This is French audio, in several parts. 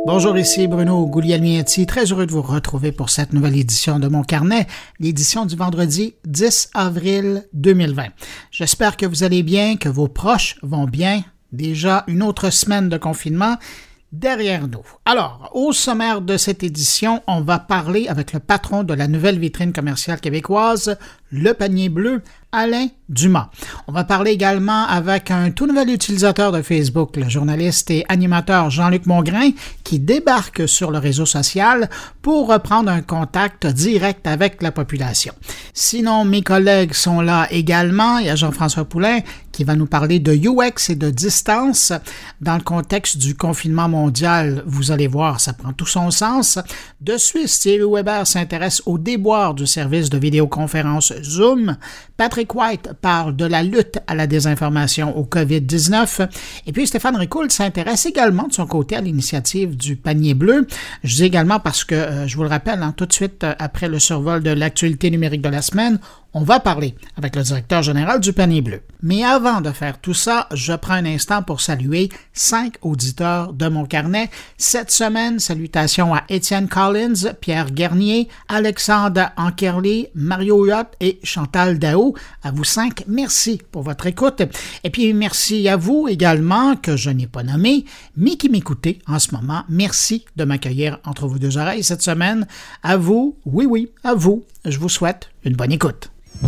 Bonjour, ici Bruno Guglielminetti, très heureux de vous retrouver pour cette nouvelle édition de Mon Carnet, l'édition du vendredi 10 avril 2020. J'espère que vous allez bien, que vos proches vont bien. Déjà une autre semaine de confinement derrière nous. Alors, au sommaire de cette édition, on va parler avec le patron de la nouvelle vitrine commerciale québécoise, Le Panier Bleu, Alain Dumas. On va parler également avec un tout nouvel utilisateur de Facebook, le journaliste et animateur Jean-Luc Mongrain, qui débarque sur le réseau social pour reprendre un contact direct avec la population. Sinon, mes collègues sont là également. Il y a Jean-François Poulain qui va nous parler de UX et de distance. Dans le contexte du confinement mondial, vous allez voir, ça prend tout son sens. De Suisse, Thierry Weber s'intéresse au déboire du service de vidéoconférence Zoom. Patrick White parle de la lutte à la désinformation au COVID-19. Et puis Stéphane Ricoul s'intéresse également de son côté à l'initiative du Panier Bleu. Je dis également parce que, je vous le rappelle, tout de suite après le survol de l'actualité numérique de la semaine, on va parler avec le directeur général du Panier Bleu. Mais avant de faire tout ça, je prends un instant pour saluer 5 auditeurs de Mon Carnet. Cette semaine, salutations à Étienne Collins, Pierre Guernier, Alexandre Ankerly, Mario Huot et Chantal Daou. À vous 5, merci pour votre écoute. Et puis merci à vous également, que je n'ai pas nommé, mais qui m'écoutez en ce moment. Merci de m'accueillir entre vos deux oreilles cette semaine. À vous, oui, à vous, je vous souhaite une bonne écoute.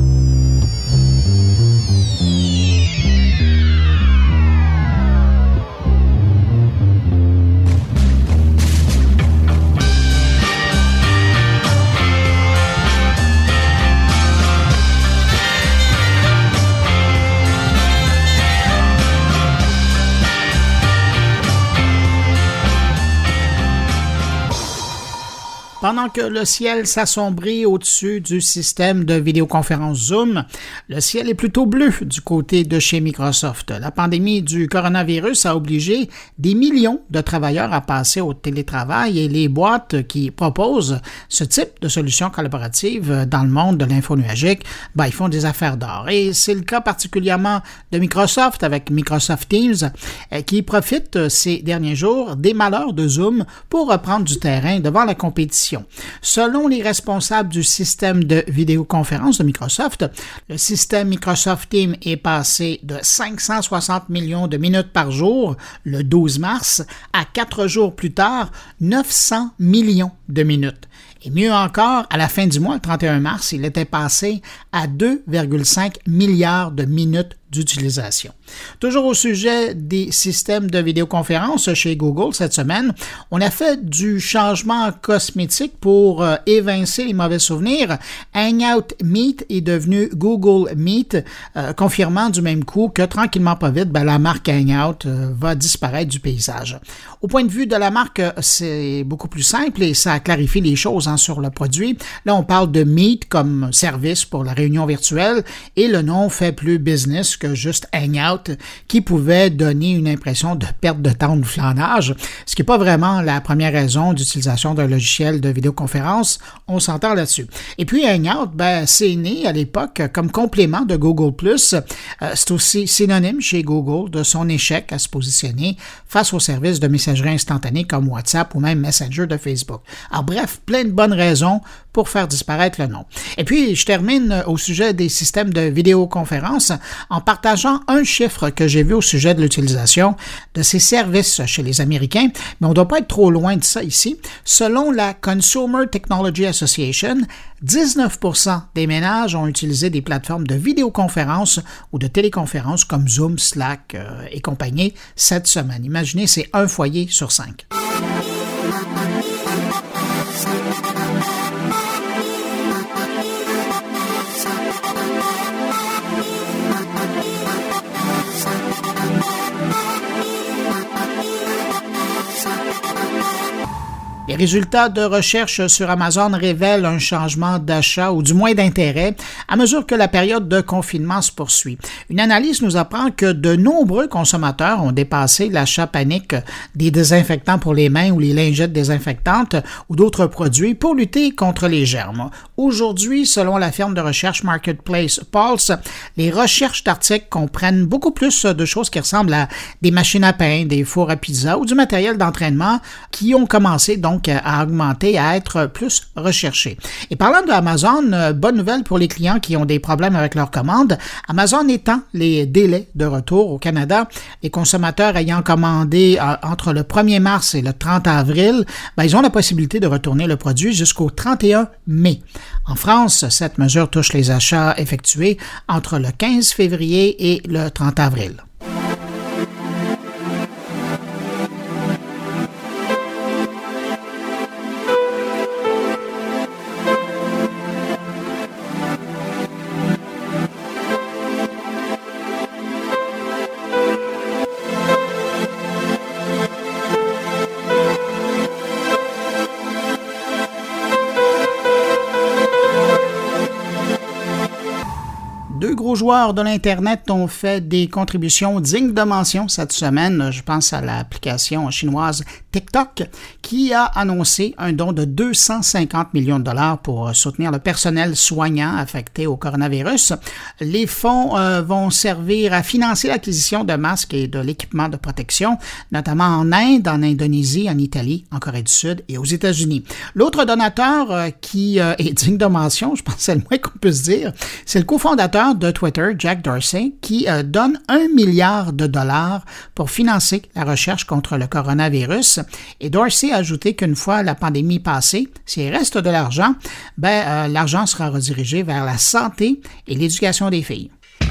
Pendant que le ciel s'assombrit au-dessus du système de vidéoconférence Zoom, le ciel est plutôt bleu du côté de chez Microsoft. La pandémie du coronavirus a obligé des millions de travailleurs à passer au télétravail et les boîtes qui proposent ce type de solution collaborative dans le monde de l'info nuagique, ils font des affaires d'or. Et c'est le cas particulièrement de Microsoft avec Microsoft Teams qui profite ces derniers jours des malheurs de Zoom pour reprendre du terrain devant la compétition. Selon les responsables du système de vidéoconférence de Microsoft, le système Microsoft Teams est passé de 560 millions de minutes par jour le 12 mars à 4 jours plus tard, 900 millions de minutes. Et mieux encore, à la fin du mois, le 31 mars, il était passé à 2,5 milliards de minutes d'utilisation. Toujours au sujet des systèmes de vidéoconférence chez Google cette semaine, on a fait du changement cosmétique pour évincer les mauvais souvenirs. Hangout Meet est devenu Google Meet, confirmant du même coup que tranquillement pas vite, la marque Hangout va disparaître du paysage. Au point de vue de la marque, c'est beaucoup plus simple et ça clarifie les choses sur le produit. Là, on parle de Meet comme service pour la réunion virtuelle et le nom fait plus business que juste Hangout, qui pouvait donner une impression de perte de temps ou de flanage, ce qui n'est pas vraiment la première raison d'utilisation d'un logiciel de vidéoconférence. On s'entend là-dessus. Et puis Hangout, c'est né à l'époque comme complément de Google+. C'est aussi synonyme chez Google de son échec à se positionner face aux services de messagerie instantanée comme WhatsApp ou même Messenger de Facebook. Alors bref, plein de bonnes raisons pour faire disparaître le nom. Et puis, je termine au sujet des systèmes de vidéoconférence en partageant un chiffre que j'ai vu au sujet de l'utilisation de ces services chez les Américains, mais on ne doit pas être trop loin de ça ici. Selon la Consumer Technology Association, 19% des ménages ont utilisé des plateformes de vidéoconférence ou de téléconférence comme Zoom, Slack et compagnie cette semaine. Imaginez, c'est un foyer sur 5. Les résultats de recherche sur Amazon révèlent un changement d'achat ou du moins d'intérêt à mesure que la période de confinement se poursuit. Une analyse nous apprend que de nombreux consommateurs ont dépassé l'achat panique des désinfectants pour les mains ou les lingettes désinfectantes ou d'autres produits pour lutter contre les germes. Aujourd'hui, selon la firme de recherche Marketplace Pulse, les recherches d'articles comprennent beaucoup plus de choses qui ressemblent à des machines à pain, des fours à pizza ou du matériel d'entraînement qui ont commencé donc à augmenter, à être plus recherchés. Et parlant de Amazon, bonne nouvelle pour les clients qui ont des problèmes avec leurs commandes. Amazon étend les délais de retour au Canada. Les consommateurs ayant commandé entre le 1er mars et le 30 avril, ils ont la possibilité de retourner le produit jusqu'au 31 mai. En France, cette mesure touche les achats effectués entre le 15 février et le 30 avril. Joueurs de l'Internet ont fait des contributions dignes de mention cette semaine. Je pense à l'application chinoise TikTok qui a annoncé un don de 250 millions de dollars pour soutenir le personnel soignant affecté au coronavirus. Les fonds vont servir à financer l'acquisition de masques et de l'équipement de protection, notamment en Inde, en Indonésie, en Italie, en Corée du Sud et aux États-Unis. L'autre donateur qui est digne de mention, je pense que c'est le moins qu'on puisse dire, c'est le cofondateur de Twitter, Jack Dorsey, qui donne 1 milliard de dollars pour financer la recherche contre le coronavirus. Et Dorsey a ajouté qu'une fois la pandémie passée, s'il reste de l'argent, l'argent sera redirigé vers la santé et l'éducation des filles.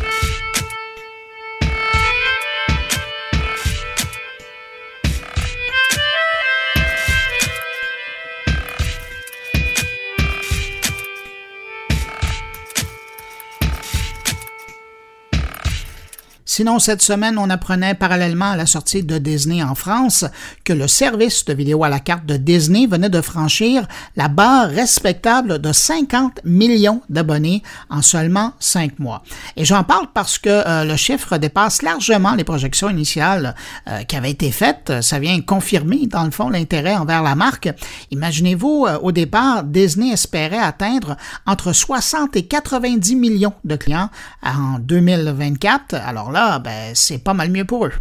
Sinon, cette semaine, on apprenait parallèlement à la sortie de Disney en France que le service de vidéo à la carte de Disney venait de franchir la barre respectable de 50 millions d'abonnés en seulement 5 mois. Et j'en parle parce que le chiffre dépasse largement les projections initiales qui avaient été faites. Ça vient confirmer, dans le fond, l'intérêt envers la marque. Imaginez-vous, au départ, Disney espérait atteindre entre 60 et 90 millions de clients en 2024. Alors là, c'est pas mal mieux pour eux.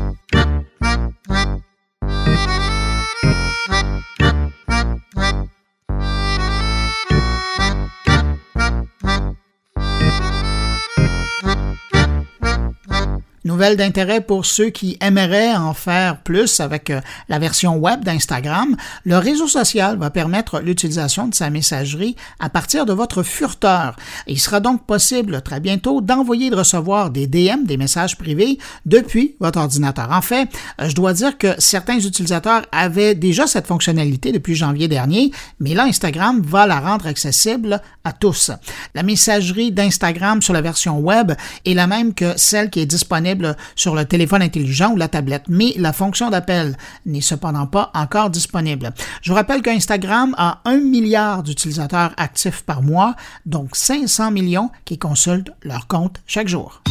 Nouvelle d'intérêt pour ceux qui aimeraient en faire plus avec la version web d'Instagram. Le réseau social va permettre l'utilisation de sa messagerie à partir de votre furteur. Il sera donc possible très bientôt d'envoyer et de recevoir des DM, des messages privés, depuis votre ordinateur. En fait, je dois dire que certains utilisateurs avaient déjà cette fonctionnalité depuis janvier dernier, mais là, Instagram va la rendre accessible à tous. La messagerie d'Instagram sur la version web est la même que celle qui est disponible sur le téléphone intelligent ou la tablette, mais la fonction d'appel n'est cependant pas encore disponible. Je vous rappelle qu'Instagram a 1 milliard d'utilisateurs actifs par mois, donc 500 millions qui consultent leur compte chaque jour.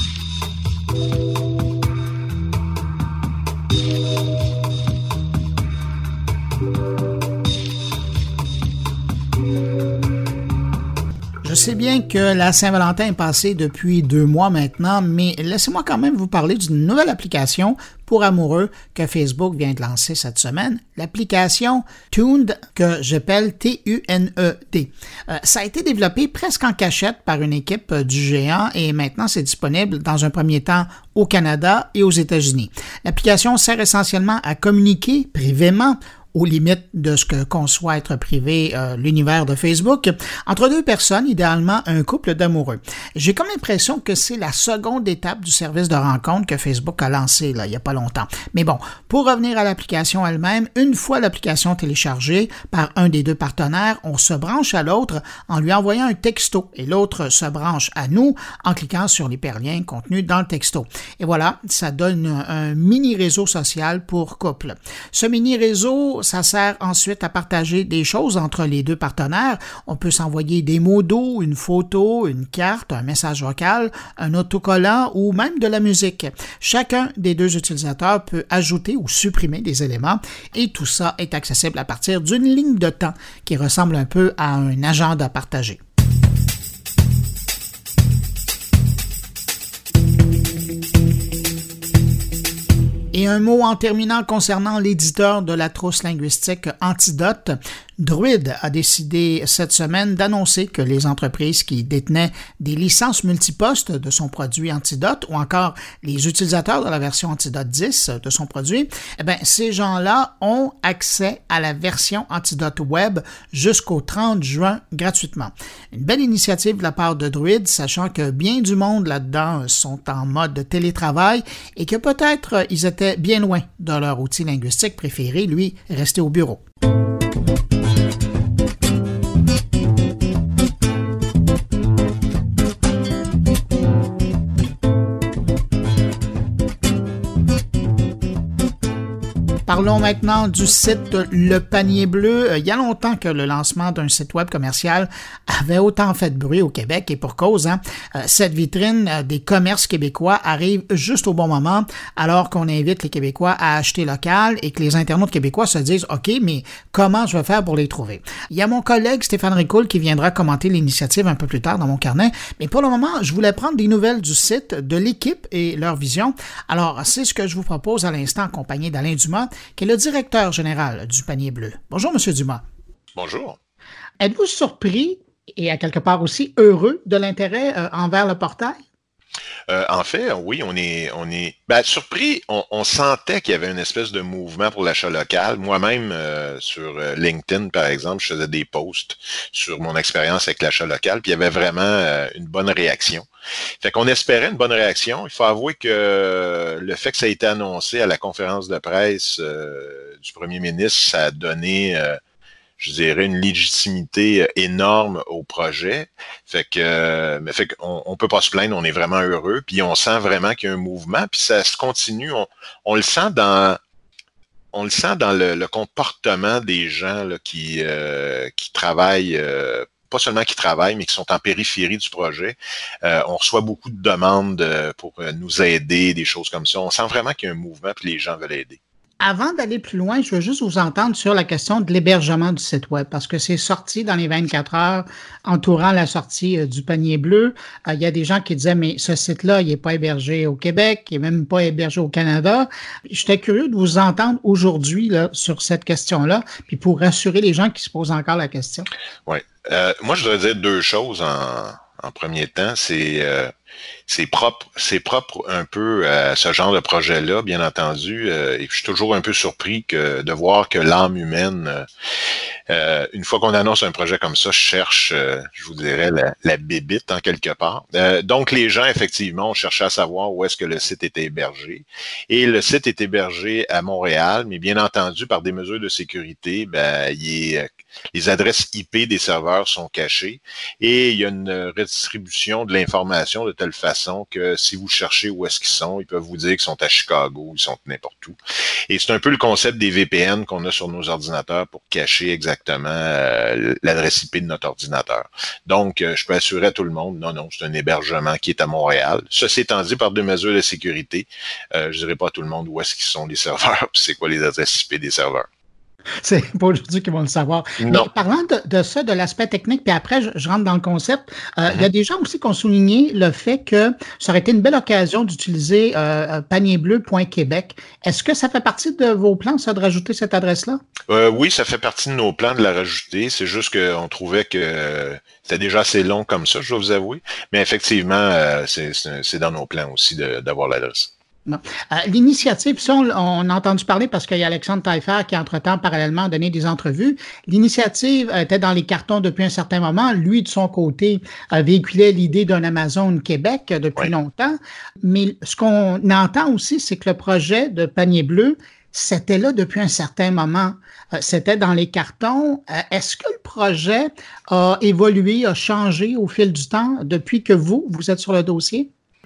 Je sais bien que la Saint-Valentin est passée depuis 2 mois maintenant, mais laissez-moi quand même vous parler d'une nouvelle application pour amoureux que Facebook vient de lancer cette semaine, l'application Tuned, que j'appelle T-U-N-E-D. Ça a été développé presque en cachette par une équipe du géant et maintenant c'est disponible dans un premier temps au Canada et aux États-Unis. L'application sert essentiellement à communiquer privément aux limites de ce que conçoit être privé l'univers de Facebook, entre deux personnes, idéalement un couple d'amoureux. J'ai comme l'impression que c'est la seconde étape du service de rencontre que Facebook a lancé là, il n'y a pas longtemps. Mais bon, pour revenir à l'application elle-même, une fois l'application téléchargée par un des deux partenaires, on se branche à l'autre en lui envoyant un texto et l'autre se branche à nous en cliquant sur l'hyperlien contenu dans le texto. Et voilà, ça donne un mini réseau social pour couple. Ce mini réseau vidéo, ça sert ensuite à partager des choses entre les deux partenaires. On peut s'envoyer des mots doux, une photo, une carte, un message vocal, un autocollant ou même de la musique. Chacun des deux utilisateurs peut ajouter ou supprimer des éléments et tout ça est accessible à partir d'une ligne de temps qui ressemble un peu à un agenda partagé. Et un mot en terminant concernant l'éditeur de la trousse linguistique Antidote. Druid a décidé cette semaine d'annoncer que les entreprises qui détenaient des licences multipostes de son produit Antidote ou encore les utilisateurs de la version Antidote 10 de son produit, ces gens-là ont accès à la version Antidote Web jusqu'au 30 juin gratuitement. Une belle initiative de la part de Druid, sachant que bien du monde là-dedans sont en mode télétravail et que peut-être ils étaient bien loin de leur outil linguistique préféré, lui, rester au bureau. Parlons maintenant du site Le Panier Bleu. Il y a longtemps que le lancement d'un site web commercial avait autant fait de bruit au Québec et pour cause. Cette vitrine des commerces québécois arrive juste au bon moment alors qu'on invite les Québécois à acheter local et que les internautes québécois se disent « OK, mais comment je vais faire pour les trouver? » Il y a mon collègue Stéphane Ricoul qui viendra commenter l'initiative un peu plus tard dans mon carnet, mais pour le moment, je voulais prendre des nouvelles du site, de l'équipe et leur vision. Alors, c'est ce que je vous propose à l'instant accompagné d'Alain Dumas, qui est le directeur général du Panier Bleu. Bonjour, M. Dumas. Bonjour. Êtes-vous surpris et à quelque part aussi heureux de l'intérêt envers le portail? En fait, oui, on est surpris. On sentait qu'il y avait une espèce de mouvement pour l'achat local. Moi-même, sur LinkedIn, par exemple, je faisais des posts sur mon expérience avec l'achat local, puis il y avait vraiment une bonne réaction. Fait qu'on espérait une bonne réaction. Il faut avouer que le fait que ça a été annoncé à la conférence de presse du premier ministre, ça a donné je dirais, une légitimité énorme au projet. Fait qu'on peut pas se plaindre, on est vraiment heureux, puis on sent vraiment qu'il y a un mouvement, puis ça se continue. On le sent dans le comportement des gens là, qui travaillent, pas seulement qui travaillent, mais qui sont en périphérie du projet. On reçoit beaucoup de demandes pour nous aider, des choses comme ça. On sent vraiment qu'il y a un mouvement, puis les gens veulent aider. Avant d'aller plus loin, je veux juste vous entendre sur la question de l'hébergement du site web, parce que c'est sorti dans les 24 heures entourant la sortie du Panier Bleu. Il y a des gens qui disaient, mais ce site-là, il n'est pas hébergé au Québec, il n'est même pas hébergé au Canada. J'étais curieux de vous entendre aujourd'hui là, sur cette question-là, puis pour rassurer les gens qui se posent encore la question. Oui. Moi, je voudrais dire deux choses en premier temps. C'est propre un peu à ce genre de projet-là, bien entendu. Et je suis toujours un peu surpris de voir que l'âme humaine, une fois qu'on annonce un projet comme ça, cherche, je vous dirais, la bébite en quelque part. Donc, les gens, effectivement, ont cherché à savoir où est-ce que le site était hébergé. Et le site est hébergé à Montréal, mais bien entendu, par des mesures de sécurité, les adresses IP des serveurs sont cachées et il y a une redistribution de l'information de telle façon que si vous cherchez où est-ce qu'ils sont, ils peuvent vous dire qu'ils sont à Chicago, ils sont n'importe où. Et c'est un peu le concept des VPN qu'on a sur nos ordinateurs pour cacher exactement l'adresse IP de notre ordinateur. Donc, je peux assurer à tout le monde, non, c'est un hébergement qui est à Montréal. Ceci étant dit, par des mesures de sécurité, je dirais pas à tout le monde où est-ce qu'ils sont les serveurs, puis c'est quoi les adresses IP des serveurs. C'est pas aujourd'hui qu'ils vont le savoir. Non. Mais parlant de ça, de l'aspect technique, puis après, je rentre dans le concept, il y a des gens aussi qui ont souligné le fait que ça aurait été une belle occasion d'utiliser panierbleu.québec. Est-ce que ça fait partie de vos plans, ça, de rajouter cette adresse-là? Oui, ça fait partie de nos plans de la rajouter. C'est juste qu'on trouvait que c'était déjà assez long comme ça, je dois vous avouer. Mais effectivement, c'est dans nos plans aussi d'avoir l'adresse. L'initiative, ça, on a entendu parler parce qu'il y a Alexandre Taillefer qui, entre-temps, parallèlement, a donné des entrevues. L'initiative était dans les cartons depuis un certain moment. Lui, de son côté, véhiculait l'idée d'un Amazon Québec depuis longtemps. Mais ce qu'on entend aussi, c'est que le projet de Panier Bleu, c'était là depuis un certain moment. C'était dans les cartons. Est-ce que le projet a évolué, a changé au fil du temps depuis que vous êtes sur le dossier?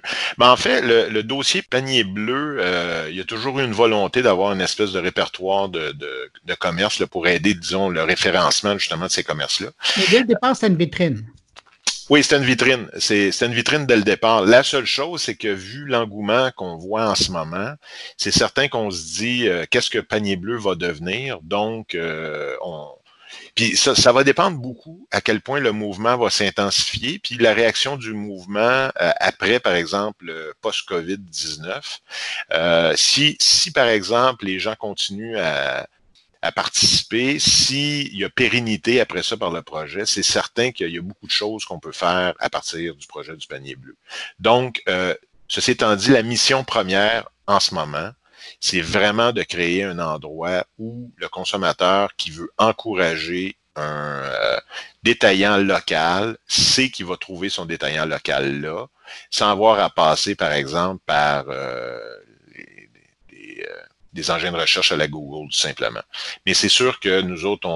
Ben, en fait, le dossier panier bleu, il y a toujours eu une volonté d'avoir une espèce de répertoire de commerce là, pour aider, disons, le référencement justement de ces commerces-là. Mais dès le départ, c'est une vitrine. Oui, c'était une vitrine. C'était une vitrine dès le départ. La seule chose, c'est que vu l'engouement qu'on voit en ce moment, c'est certain qu'on se dit qu'est-ce que Panier Bleu va devenir. Donc, puis ça va dépendre beaucoup à quel point le mouvement va s'intensifier, puis la réaction du mouvement après, par exemple, post-COVID-19. Si, par exemple, les gens continuent à participer, s'il y a pérennité après ça par le projet, c'est certain qu'il y a beaucoup de choses qu'on peut faire à partir du projet du panier bleu. Donc, ceci étant dit, la mission première en ce moment, c'est vraiment de créer un endroit où le consommateur qui veut encourager un détaillant local sait qu'il va trouver son détaillant local là, sans avoir à passer, par exemple, par des engins de recherche à la Google, tout simplement. Mais c'est sûr que nous autres,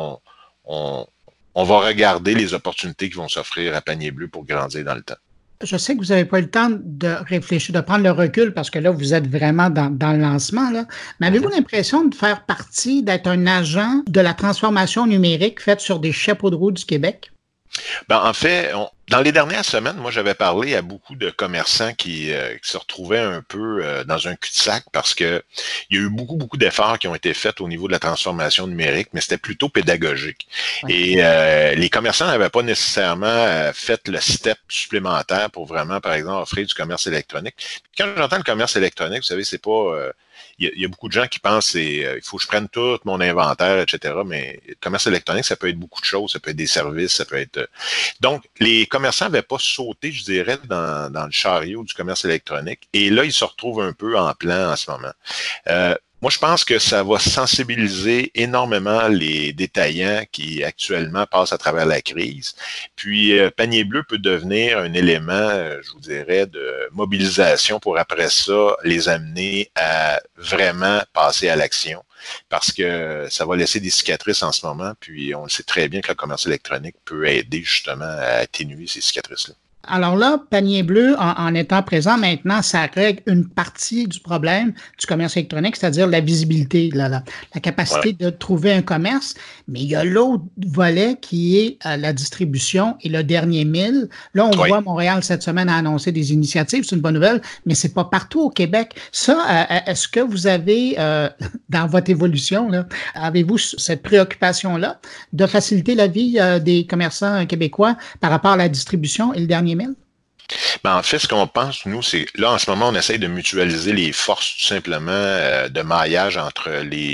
on va regarder les opportunités qui vont s'offrir à Panier Bleu pour grandir dans le temps. Je sais que vous n'avez pas eu le temps de réfléchir, de prendre le recul parce que là, vous êtes vraiment dans le lancement, là. Mais avez-vous l'impression de faire partie, d'être un agent de la transformation numérique faite sur des chapeaux de roue du Québec? Ben, en fait, dans les dernières semaines, moi, j'avais parlé à beaucoup de commerçants qui se retrouvaient un peu dans un cul-de-sac parce que il y a eu beaucoup d'efforts qui ont été faits au niveau de la transformation numérique, mais c'était plutôt pédagogique. Ouais. Et les commerçants n'avaient pas nécessairement fait le step supplémentaire pour vraiment, par exemple, offrir du commerce électronique. Quand j'entends le commerce électronique, vous savez, c'est pas... Il y a beaucoup de gens qui pensent il faut que je prenne tout mon inventaire, etc. Mais le commerce électronique, ça peut être beaucoup de choses, ça peut être des services, ça peut être... Donc, les commerçants n'avaient pas sauté, je dirais, dans le chariot du commerce électronique. Et là, ils se retrouvent un peu en plan en ce moment. Moi, je pense que ça va sensibiliser énormément les détaillants qui actuellement passent à travers la crise. Puis, Panier Bleu peut devenir un élément, je vous dirais, de mobilisation pour après ça les amener à vraiment passer à l'action. Parce que ça va laisser des cicatrices en ce moment. Puis, on sait très bien que le commerce électronique peut aider justement à atténuer ces cicatrices-là. Alors là, Panier Bleu, en étant présent maintenant, ça règle une partie du problème du commerce électronique, c'est-à-dire la visibilité, la capacité de trouver un commerce. Mais il y a l'autre volet qui est la distribution et le dernier mille. Là, on voit Montréal cette semaine a annoncé des initiatives, c'est une bonne nouvelle, mais c'est pas partout au Québec. Ça, est-ce que vous avez, dans votre évolution, là, avez-vous cette préoccupation-là de faciliter la vie des commerçants québécois par rapport à la distribution et le dernier mille? Ben, en fait, ce qu'on pense, nous, c'est là, en ce moment, on essaye de mutualiser les forces tout simplement de maillage entre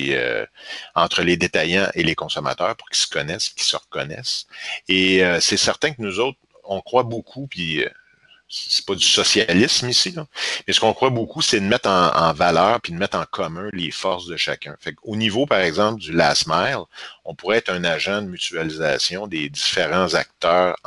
les détaillants et les consommateurs pour qu'ils se connaissent, qu'ils se reconnaissent. Et c'est certain que nous autres, on croit beaucoup, puis c'est pas du socialisme ici, là. Mais ce qu'on croit beaucoup, c'est de mettre en valeur puis de mettre en commun les forces de chacun. Fait qu'au niveau, par exemple, du last mile, on pourrait être un agent de mutualisation des différents acteurs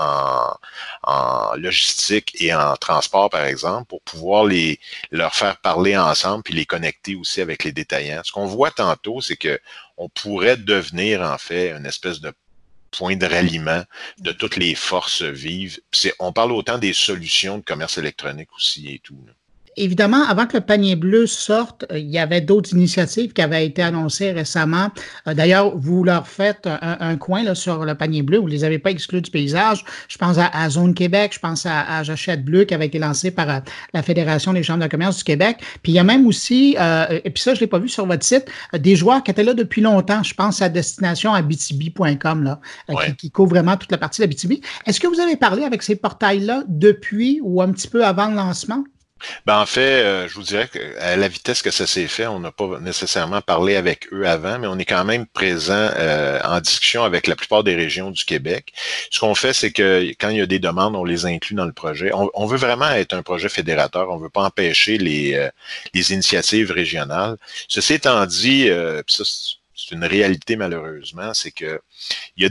en logistique et en transport, par exemple, pour pouvoir leur faire parler ensemble puis les connecter aussi avec les détaillants. Ce qu'on voit tantôt, c'est que on pourrait devenir, en fait, une espèce de point de ralliement de toutes les forces vives. On parle autant des solutions de commerce électronique aussi et tout, là. Évidemment, avant que le panier bleu sorte, il y avait d'autres initiatives qui avaient été annoncées récemment. D'ailleurs, vous leur faites un coin là, sur le panier bleu. Vous ne les avez pas exclus du paysage. Je pense à Zone Québec, je pense à J'achète bleu qui avait été lancé par la Fédération des chambres de commerce du Québec. Puis il y a même aussi, et puis ça, je ne l'ai pas vu sur votre site, des joueurs qui étaient là depuis longtemps. Je pense à destination abitibi.com, là, qui couvre vraiment toute la partie d'Abitibi. Est-ce que vous avez parlé avec ces portails-là depuis ou un petit peu avant le lancement? Ben en fait, je vous dirais qu'à la vitesse que ça s'est fait, on n'a pas nécessairement parlé avec eux avant, mais on est quand même présent en discussion avec la plupart des régions du Québec. Ce qu'on fait, c'est que quand il y a des demandes, on les inclut dans le projet. On veut vraiment être un projet fédérateur. On veut pas empêcher les initiatives régionales. Ceci étant dit, ça, c'est une réalité malheureusement, c'est que il y a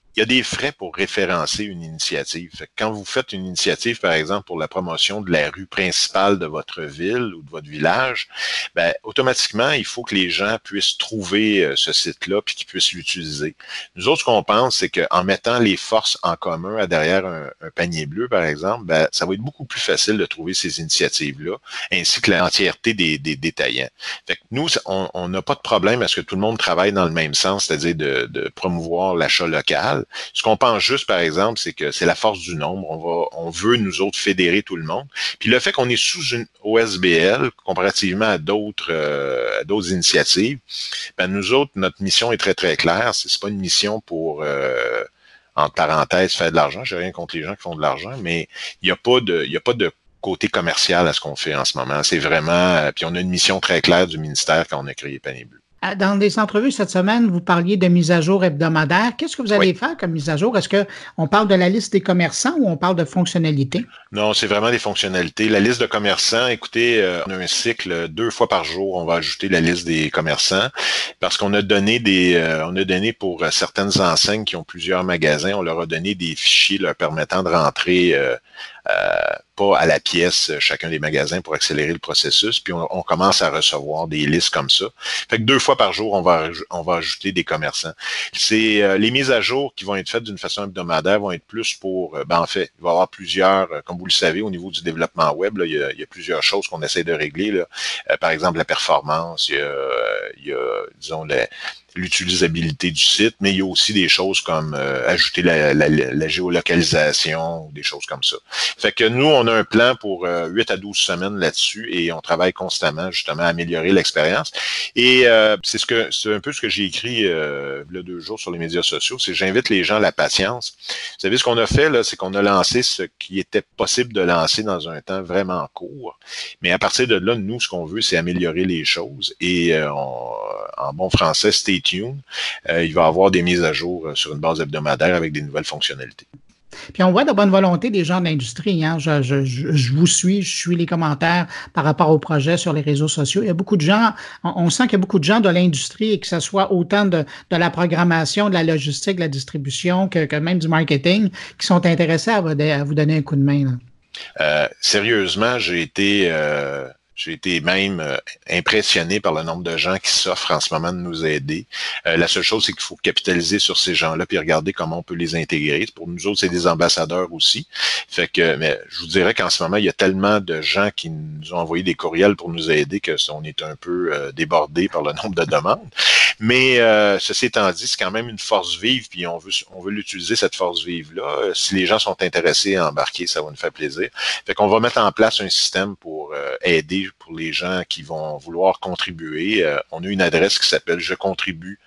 il y a des frais pour référencer une initiative. Fait que quand vous faites une initiative, par exemple, pour la promotion de la rue principale de votre ville ou de votre village, ben, automatiquement, il faut que les gens puissent trouver ce site-là puis qu'ils puissent l'utiliser. Nous autres, ce qu'on pense, c'est qu'en mettant les forces en commun derrière un panier bleu, par exemple, ben, ça va être beaucoup plus facile de trouver ces initiatives-là, ainsi que l'entièreté des détaillants. Fait que nous, on n'a pas de problème à ce que tout le monde travaille dans le même sens, c'est-à-dire de promouvoir l'achat local. Ce qu'on pense juste, par exemple, c'est que c'est la force du nombre. On veut, nous autres, fédérer tout le monde. Puis le fait qu'on est sous une OSBL, comparativement à d'autres initiatives, ben nous autres, notre mission est très, très claire. C'est pas une mission pour, entre parenthèses, faire de l'argent. J'ai rien contre les gens qui font de l'argent, mais il n'y a pas de côté commercial à ce qu'on fait en ce moment. C'est vraiment, puis on a une mission très claire du ministère quand on a créé Panier Bleu. Dans des entrevues cette semaine, vous parliez de mise à jour hebdomadaire. Qu'est-ce que vous allez faire comme mise à jour? Est-ce qu'on parle de la liste des commerçants ou on parle de fonctionnalités? Non, c'est vraiment des fonctionnalités. La liste de commerçants, écoutez, on a un cycle 2 fois par jour, on va ajouter la liste des commerçants parce qu'on a donné pour certaines enseignes qui ont plusieurs magasins, on leur a donné des fichiers leur permettant de rentrer pas à la pièce chacun des magasins pour accélérer le processus, puis on commence à recevoir des listes comme ça. Fait que 2 fois par jour, on va ajouter des commerçants. C'est les mises à jour qui vont être faites d'une façon hebdomadaire vont être plus pour, en fait, il va y avoir plusieurs, comme vous le savez, au niveau du développement web, là, il y a plusieurs choses qu'on essaie de régler. Là. Par exemple, la performance, il y a disons, l'utilisabilité du site, mais il y a aussi des choses comme ajouter la géolocalisation ou des choses comme ça. Fait que nous, on a un plan pour 8 à 12 semaines là-dessus et on travaille constamment justement à améliorer l'expérience. Et c'est un peu ce que j'ai écrit il y a 2 jours sur les médias sociaux, c'est j'invite les gens à la patience. Vous savez, ce qu'on a fait, là, c'est qu'on a lancé ce qui était possible de lancer dans un temps vraiment court. Mais à partir de là, nous, ce qu'on veut, c'est améliorer les choses. Et en bon français, stay tuned. Il va y avoir des mises à jour sur une base hebdomadaire avec des nouvelles fonctionnalités. Puis on voit de bonne volonté des gens de l'industrie. Hein. Je vous suis, je suis les commentaires par rapport au projet sur les réseaux sociaux. Il y a beaucoup de gens, on sent qu'il y a beaucoup de gens de l'industrie, et que ce soit autant de la programmation, de la logistique, de la distribution, que même du marketing, qui sont intéressés à vous donner un coup de main. Sérieusement, j'ai été même impressionné par le nombre de gens qui s'offrent en ce moment de nous aider. La seule chose, c'est qu'il faut capitaliser sur ces gens-là puis regarder comment on peut les intégrer. Pour nous autres, c'est des ambassadeurs aussi. Fait que, mais je vous dirais qu'en ce moment, il y a tellement de gens qui nous ont envoyé des courriels pour nous aider qu'on est un peu débordé par le nombre de demandes. Mais ceci étant dit, c'est quand même une force vive, puis on veut l'utiliser, cette force vive-là. Si les gens sont intéressés à embarquer, ça va nous faire plaisir. Fait qu'on va mettre en place un système pour aider pour les gens qui vont vouloir contribuer. On a une adresse qui s'appelle je contribue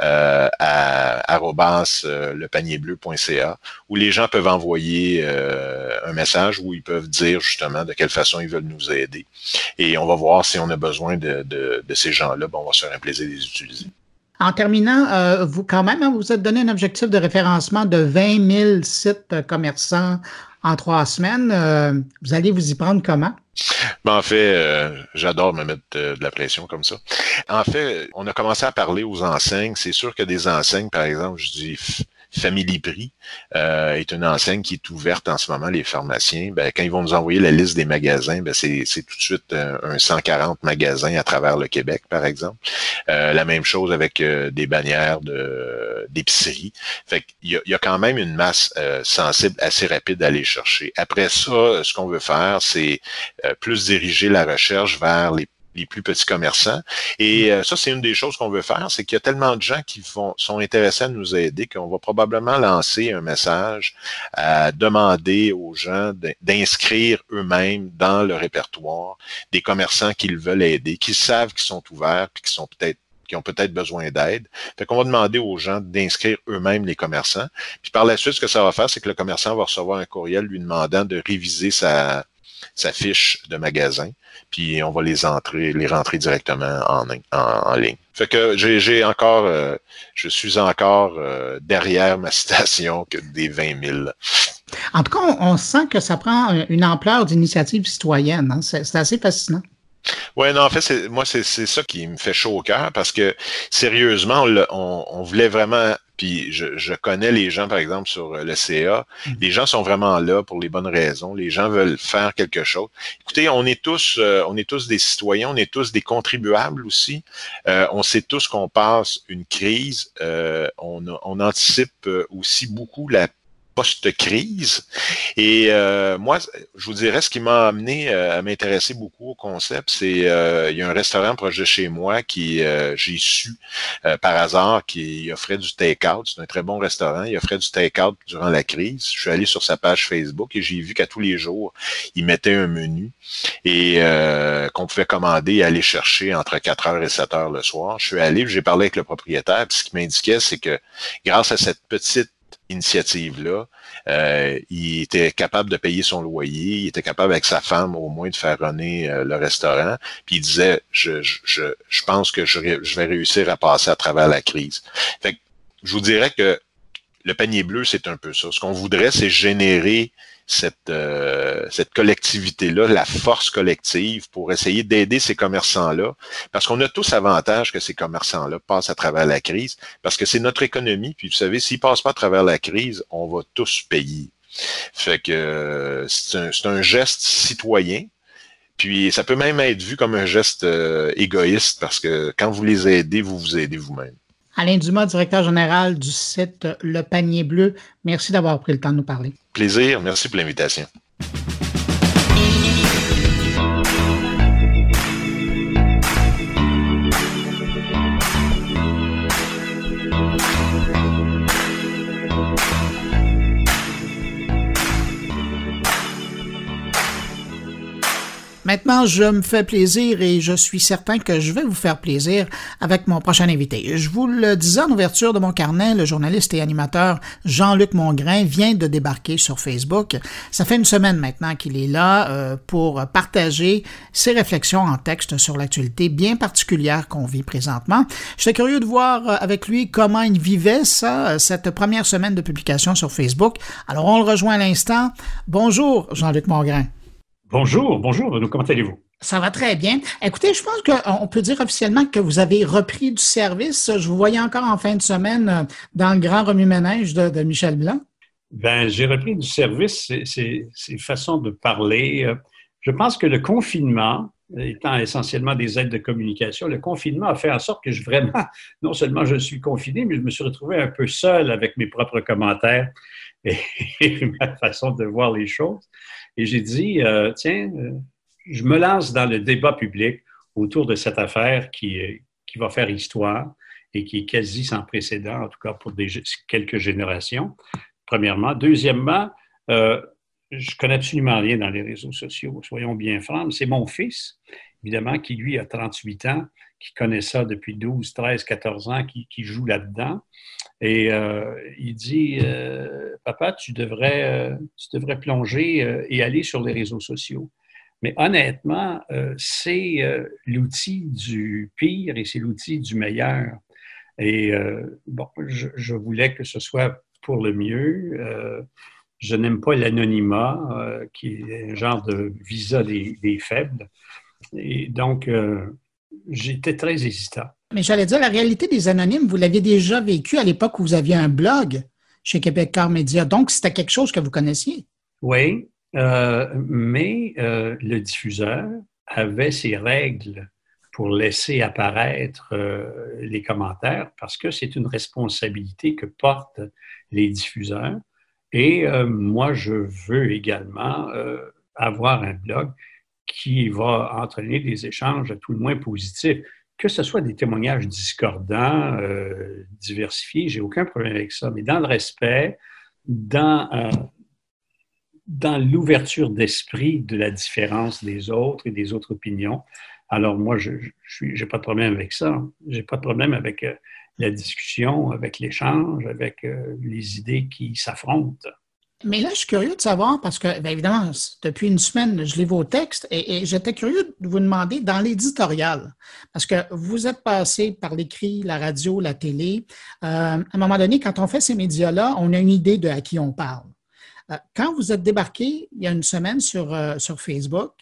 à @lepanierbleu.ca où les gens peuvent envoyer un message où ils peuvent dire justement de quelle façon ils veulent nous aider. Et on va voir si on a besoin de ces gens-là. On va se faire un plaisir de les utiliser. En terminant, vous quand même, hein, vous êtes donné un objectif de référencement de 20 000 sites commerçants en 3 semaines. Vous allez vous y prendre comment? En fait, j'adore me mettre de la pression comme ça. En fait, on a commencé à parler aux enseignes. C'est sûr que des enseignes, par exemple, je dis Family Prix est une enseigne qui est ouverte en ce moment, les pharmaciens. Quand ils vont nous envoyer la liste des magasins, c'est tout de suite un 140 magasins à travers le Québec, par exemple. La même chose avec des bannières d'épicerie. Fait qu'il y a quand même une masse sensible assez rapide à aller chercher. Après ça, ce qu'on veut faire, c'est plus diriger la recherche vers les plus petits commerçants. Et ça, c'est une des choses qu'on veut faire, c'est qu'il y a tellement de gens qui sont intéressés à nous aider qu'on va probablement lancer un message à demander aux gens d'inscrire eux-mêmes dans le répertoire des commerçants qu'ils veulent aider, qui savent qu'ils sont ouverts puis qui ont peut-être besoin d'aide. Fait qu'on va demander aux gens d'inscrire eux-mêmes les commerçants. Puis par la suite, ce que ça va faire, c'est que le commerçant va recevoir un courriel lui demandant de réviser sa fiche de magasin, puis on va les rentrer directement en ligne. Fait que je suis encore derrière ma citation que des 20 000. En tout cas, on sent que ça prend une ampleur d'initiative citoyenne. Hein? C'est assez fascinant. Ouais, non, en fait, c'est ça qui me fait chaud au cœur parce que sérieusement, on voulait vraiment. puis je connais les gens, par exemple, sur le CA. Les gens sont vraiment là pour les bonnes raisons. Les gens veulent faire quelque chose. Écoutez, on est tous des citoyens, on est tous des contribuables aussi. On sait tous qu'on passe une crise. On anticipe aussi beaucoup la post-crise. Et moi, je vous dirais, ce qui m'a amené à m'intéresser beaucoup au concept, c'est il y a un restaurant proche de chez moi qui j'ai su par hasard qu'il offrait du take-out. C'est un très bon restaurant. Il offrait du take-out durant la crise. Je suis allé sur sa page Facebook et j'ai vu qu'à tous les jours, il mettait un menu et qu'on pouvait commander et aller chercher entre 4 heures et 7 heures le soir. Je suis allé, j'ai parlé avec le propriétaire, puis ce qui m'indiquait, c'est que grâce à cette petite initiative-là, il était capable de payer son loyer, il était capable avec sa femme au moins de faire runner le restaurant, puis il disait, je pense que je vais réussir à passer à travers la crise. Fait que je vous dirais que le panier bleu, c'est un peu ça. Ce qu'on voudrait, c'est générer cette collectivité-là, la force collective pour essayer d'aider ces commerçants-là, parce qu'on a tous avantage que ces commerçants-là passent à travers la crise, parce que c'est notre économie, puis vous savez, s'ils passent pas à travers la crise, on va tous payer. Fait que c'est un geste citoyen, puis ça peut même être vu comme un geste égoïste, parce que quand vous les aidez, vous vous aidez vous-même. Alain Dumas, directeur général du site Le Panier Bleu, merci d'avoir pris le temps de nous parler. Plaisir, merci pour l'invitation. Maintenant, je me fais plaisir et je suis certain que je vais vous faire plaisir avec mon prochain invité. Je vous le disais en ouverture de mon carnet, le journaliste et animateur Jean-Luc Mongrain vient de débarquer sur Facebook. Ça fait une semaine maintenant qu'il est là pour partager ses réflexions en texte sur l'actualité bien particulière qu'on vit présentement. J'étais curieux de voir avec lui comment il vivait ça, cette première semaine de publication sur Facebook. Alors, on le rejoint à l'instant. Bonjour, Jean-Luc Mongrain. Bonjour, comment allez-vous? Ça va très bien. Écoutez, je pense qu'on peut dire officiellement que vous avez repris du service. Je vous voyais encore en fin de semaine dans le grand remue-ménage de Michel Blanc. Ben, j'ai repris du service, c'est façon de parler. Je pense que le confinement, étant essentiellement des aides de communication, le confinement a fait en sorte que non seulement je suis confiné, mais je me suis retrouvé un peu seul avec mes propres commentaires et ma façon de voir les choses. Et j'ai dit, je me lance dans le débat public autour de cette affaire qui va faire histoire et qui est quasi sans précédent, en tout cas pour quelques générations, premièrement. Deuxièmement, je connais absolument rien dans les réseaux sociaux, soyons bien francs. C'est mon fils, évidemment, qui lui a 38 ans, qui connaît ça depuis 12, 13, 14 ans, qui joue là-dedans. Et il dit, papa, tu devrais plonger et aller sur les réseaux sociaux. Mais honnêtement, c'est l'outil du pire et c'est l'outil du meilleur. Et je voulais que ce soit pour le mieux. Je n'aime pas l'anonymat, qui est un genre de visa des faibles. Et donc, j'étais très hésitant. Mais j'allais dire, la réalité des anonymes, vous l'aviez déjà vécu à l'époque où vous aviez un blog chez Québécois Média. Donc, c'était quelque chose que vous connaissiez. Oui, mais le diffuseur avait ses règles pour laisser apparaître les commentaires parce que c'est une responsabilité que portent les diffuseurs. Et moi, je veux également avoir un blog qui va entraîner des échanges à tout le moins positifs. Que ce soit des témoignages discordants, diversifiés, j'ai aucun problème avec ça. Mais dans le respect, dans l'ouverture d'esprit de la différence des autres et des autres opinions. Alors moi, j'ai pas de problème avec ça. J'ai pas de problème avec la discussion, avec l'échange, avec les idées qui s'affrontent. Mais là, je suis curieux de savoir, parce que, bien évidemment, depuis une semaine, je lis vos textes et j'étais curieux de vous demander dans l'éditorial, parce que vous êtes passé par l'écrit, la radio, la télé. À un moment donné, quand on fait ces médias-là, on a une idée de à qui on parle. Quand vous êtes débarqué il y a une semaine sur Facebook,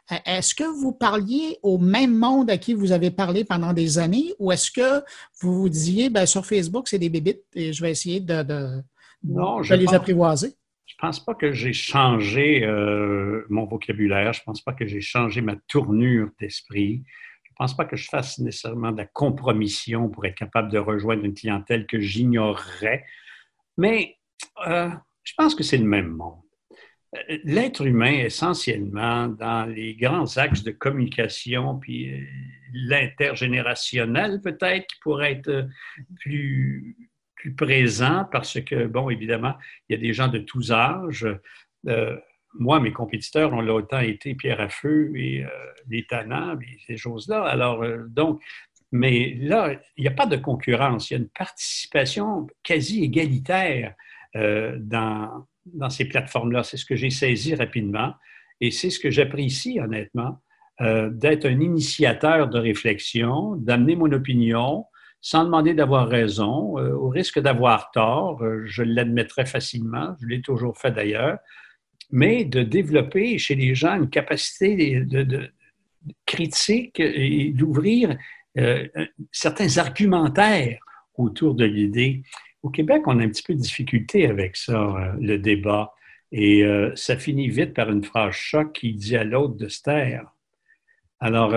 Est-ce que vous parliez au même monde à qui vous avez parlé pendant des années ou est-ce que vous vous disiez, ben, sur Facebook, c'est des bébites et je vais essayer Non, de les apprivoiser? Je pense pas que j'ai changé mon vocabulaire. Je pense pas que j'ai changé ma tournure d'esprit. Je pense pas que je fasse nécessairement de la compromission pour être capable de rejoindre une clientèle que j'ignorerais. Mais je pense que c'est le même monde. L'être humain, essentiellement, dans les grands axes de communication, puis l'intergénérationnel peut-être, qui pourrait être plus présent parce que, bon, évidemment, il y a des gens de tous âges. Moi, mes compétiteurs ont autant été pierre à feu et des tannants et ces choses-là. Alors, donc, mais là, il n'y a pas de concurrence. Il y a une participation quasi égalitaire dans ces plateformes-là. C'est ce que j'ai saisi rapidement et c'est ce que j'apprécie, honnêtement, d'être un initiateur de réflexion, d'amener mon opinion, sans demander d'avoir raison, au risque d'avoir tort, je l'admettrai facilement, je l'ai toujours fait d'ailleurs, mais de développer chez les gens une capacité de critique et d'ouvrir certains argumentaires autour de l'idée. Au Québec, on a un petit peu de difficulté avec ça, le débat, et ça finit vite par une phrase choc qui dit à l'autre de se taire. Alors,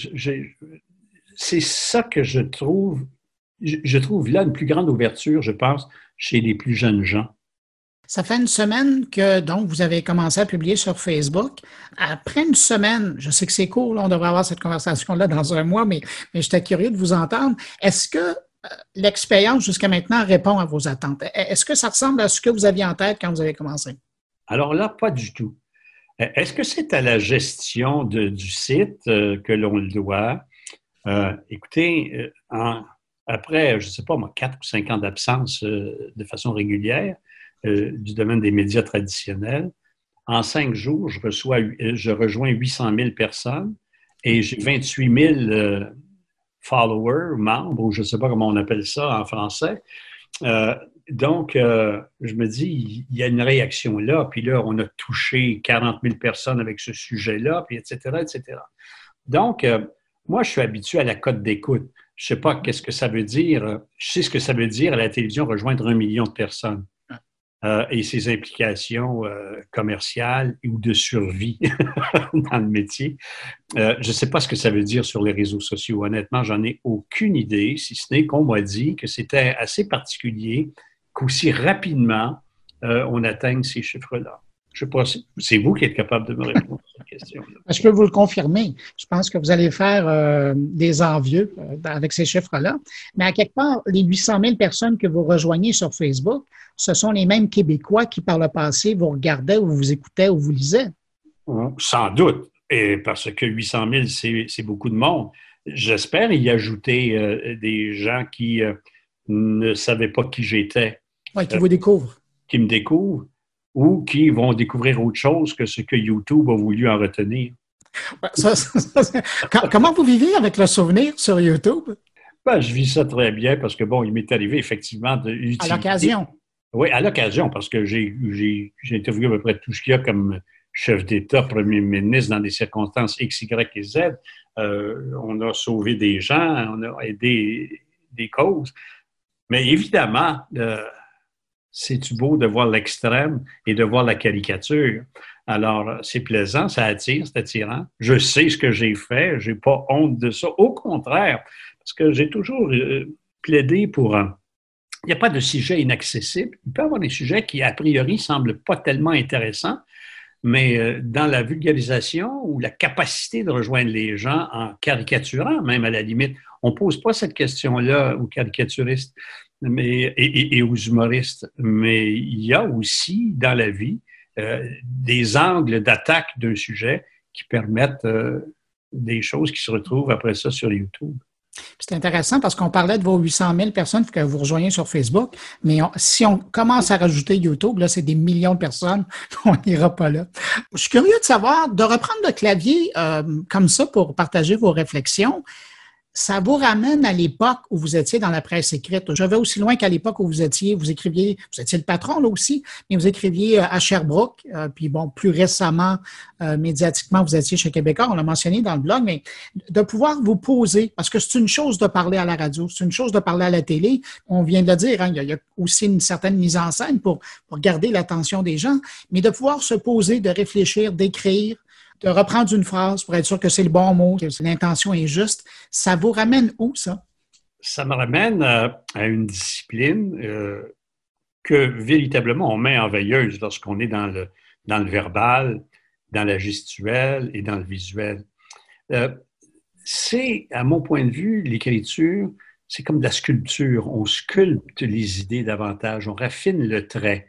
c'est ça que je trouve là une plus grande ouverture, je pense, chez les plus jeunes gens. Ça fait une semaine que donc vous avez commencé à publier sur Facebook. Après une semaine, je sais que c'est court, là, on devrait avoir cette conversation-là dans un mois, mais j'étais curieux de vous entendre. Est-ce que l'expérience jusqu'à maintenant répond à vos attentes? Est-ce que ça ressemble à ce que vous aviez en tête quand vous avez commencé? Alors là, pas du tout. Est-ce que c'est à la gestion du site que l'on le doit? Écoutez, après, je ne sais pas moi, 4 ou 5 ans d'absence de façon régulière du domaine des médias traditionnels, en 5 jours, je rejoins 800 000 personnes et j'ai 28 000 followers, membres, ou je ne sais pas comment on appelle ça en français. Donc, je me dis, il y a une réaction là, puis là, on a touché 40 000 personnes avec ce sujet-là, puis etc., etc. Donc, moi, je suis habitué à la cote d'écoute. Je ne sais pas qu'est-ce que ça veut dire. Je sais ce que ça veut dire à la télévision, rejoindre 1 million de personnes et ses implications commerciales ou de survie dans le métier. Je ne sais pas ce que ça veut dire sur les réseaux sociaux. Honnêtement, j'en ai aucune idée, si ce n'est qu'on m'a dit que c'était assez particulier qu'aussi rapidement on atteigne ces chiffres-là. Je ne sais pas, c'est vous qui êtes capable de me répondre à cette question-là. Je peux vous le confirmer. Je pense que vous allez faire des envieux avec ces chiffres-là. Mais à quelque part, les 800 000 personnes que vous rejoignez sur Facebook, ce sont les mêmes Québécois qui, par le passé, vous regardaient ou vous écoutaient ou vous lisaient. Sans doute. Et parce que 800 000, c'est beaucoup de monde. J'espère y ajouter des gens qui ne savaient pas qui j'étais. Oui, qui vous découvrent. Qui me découvrent ou qui vont découvrir autre chose que ce que YouTube a voulu en retenir. Comment vous vivez avec le souvenir sur YouTube? Ben, je vis ça très bien parce que, bon, il m'est arrivé effectivement d'utiliser... À l'occasion. Oui, à l'occasion, parce que j'ai interviewé à peu près tout ce qu'il y a comme chef d'État, premier ministre dans des circonstances X, Y et Z. On a sauvé des gens, on a aidé des causes. Mais évidemment, c'est-tu beau de voir l'extrême et de voir la caricature. Alors, c'est plaisant, ça attire, c'est attirant. Je sais ce que j'ai fait, je n'ai pas honte de ça. Au contraire, parce que j'ai toujours plaidé pour... il n'y a pas de sujet inaccessible. Il peut y avoir des sujets qui, a priori, ne semblent pas tellement intéressants, mais dans la vulgarisation ou la capacité de rejoindre les gens en caricaturant, même à la limite, on ne pose pas cette question-là aux caricaturistes et aux humoristes, mais il y a aussi dans la vie des angles d'attaque d'un sujet qui permettent des choses qui se retrouvent après ça sur YouTube. C'est intéressant parce qu'on parlait de vos 800 000 personnes que vous rejoignez sur Facebook, mais si on commence à rajouter YouTube, là, c'est des millions de personnes, on n'ira pas là. Je suis curieux de savoir, de reprendre le clavier comme ça pour partager vos réflexions, ça vous ramène à l'époque où vous étiez dans la presse écrite. Je vais aussi loin qu'à l'époque où vous étiez le patron là aussi, mais vous écriviez à Sherbrooke, puis bon, plus récemment, médiatiquement, vous étiez chez Québécois, on l'a mentionné dans le blog, mais de pouvoir vous poser, parce que c'est une chose de parler à la radio, c'est une chose de parler à la télé, on vient de le dire, hein, il y a aussi une certaine mise en scène pour garder l'attention des gens, mais de pouvoir se poser, de réfléchir, d'écrire, de reprendre une phrase pour être sûr que c'est le bon mot, que l'intention est juste. Ça vous ramène où, ça? Ça me ramène à une discipline que véritablement on met en veilleuse lorsqu'on est dans le verbal, dans la gestuelle et dans le visuel. C'est, à mon point de vue, l'écriture, c'est comme de la sculpture. On sculpte les idées davantage, on raffine le trait.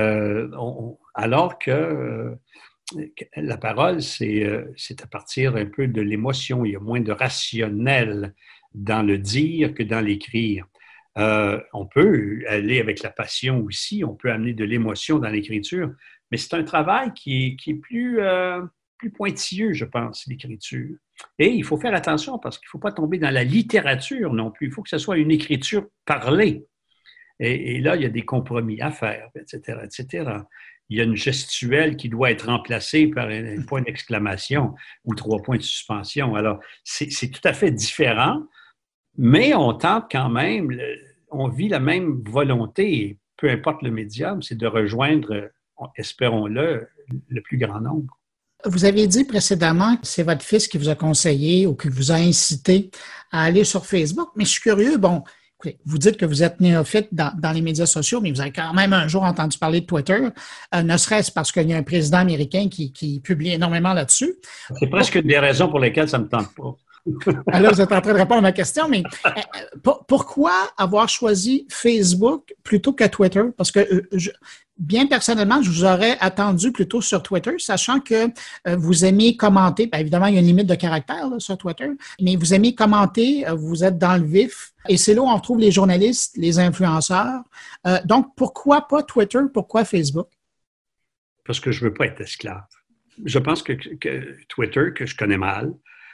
Alors que la parole, c'est à partir un peu de l'émotion. Il y a moins de rationnel dans le dire que dans l'écrire. On peut aller avec la passion aussi, on peut amener de l'émotion dans l'écriture, mais c'est un travail qui est plus pointilleux, je pense, l'écriture. Et il faut faire attention parce qu'il ne faut pas tomber dans la littérature non plus. Il faut que ce soit une écriture parlée. Et là, il y a des compromis à faire, etc., etc. Il y a une gestuelle qui doit être remplacée par un point d'exclamation ou 3 points de suspension. Alors, c'est tout à fait différent, mais on tente quand même, on vit la même volonté, peu importe le médium, c'est de rejoindre, espérons-le, le plus grand nombre. Vous avez dit précédemment que c'est votre fils qui vous a conseillé ou qui vous a incité à aller sur Facebook, mais je suis curieux, bon, vous dites que vous êtes néophyte dans les médias sociaux, mais vous avez quand même un jour entendu parler de Twitter, ne serait-ce parce qu'il y a un président américain qui publie énormément là-dessus. C'est presque une des raisons pour lesquelles ça ne me tente pas. Alors, vous êtes en train de répondre à ma question, mais pourquoi avoir choisi Facebook plutôt que Twitter? Parce que bien personnellement, je vous aurais attendu plutôt sur Twitter, sachant que vous aimez commenter. Bien, évidemment, il y a une limite de caractère là, sur Twitter, mais vous aimez commenter, vous êtes dans le vif. Et c'est là où on retrouve les journalistes, les influenceurs. Donc, pourquoi pas Twitter? Pourquoi Facebook? Parce que je ne veux pas être esclave. Je pense que Twitter, que je connais mal,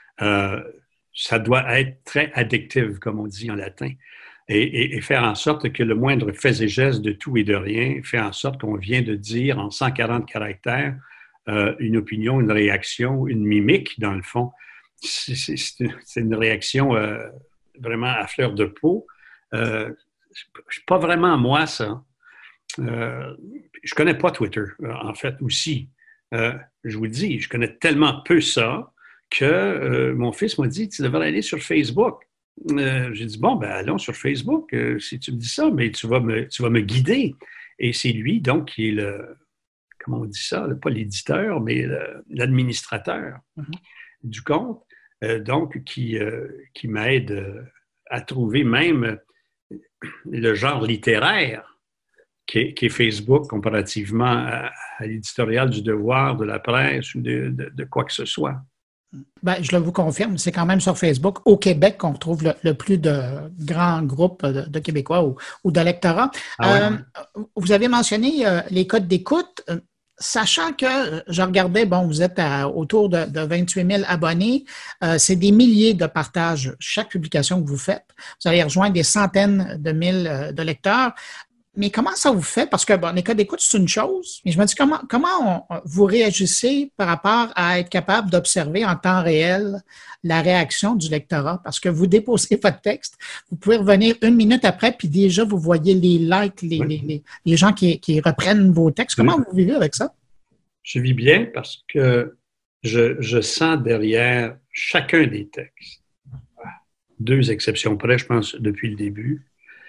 ça doit être très addictif, comme on dit en latin, et faire en sorte que le moindre fait et geste de tout et de rien fait en sorte qu'on vient de dire en 140 caractères une opinion, une réaction, une mimique, dans le fond. C'est une réaction vraiment à fleur de peau. C'est pas vraiment moi, ça. Je connais pas Twitter, en fait, aussi. Je vous le dis, je connais tellement peu ça que mon fils m'a dit, tu devrais aller sur Facebook. J'ai dit, bon, ben allons sur Facebook, si tu me dis ça, mais tu vas me guider. Et c'est lui, donc, qui est comment on dit ça, pas l'éditeur, mais l'administrateur du compte, donc, qui m'aide à trouver même le genre littéraire qu'est Facebook comparativement à l'éditorial du Devoir, de la presse ou de quoi que ce soit. Ben, je vous confirme, c'est quand même sur Facebook, au Québec, qu'on retrouve le plus de grands groupes de Québécois ou de lectorat. Vous avez mentionné les codes d'écoute. Sachant que je regardais, bon, vous êtes autour de 28 000 abonnés, c'est des milliers de partages chaque publication que vous faites. Vous allez rejoindre des centaines de mille de lecteurs. Mais comment ça vous fait? Parce que bon, les codes d'écoute, c'est une chose, mais je me dis comment vous réagissez par rapport à être capable d'observer en temps réel la réaction du lectorat? Parce que vous déposez votre texte, vous pouvez revenir 1 minute après, puis déjà, vous voyez les likes, les gens qui reprennent vos textes. Comment vous vivez avec ça? Je vis bien parce que je sens derrière chacun des textes, 2 exceptions près, je pense, depuis le début,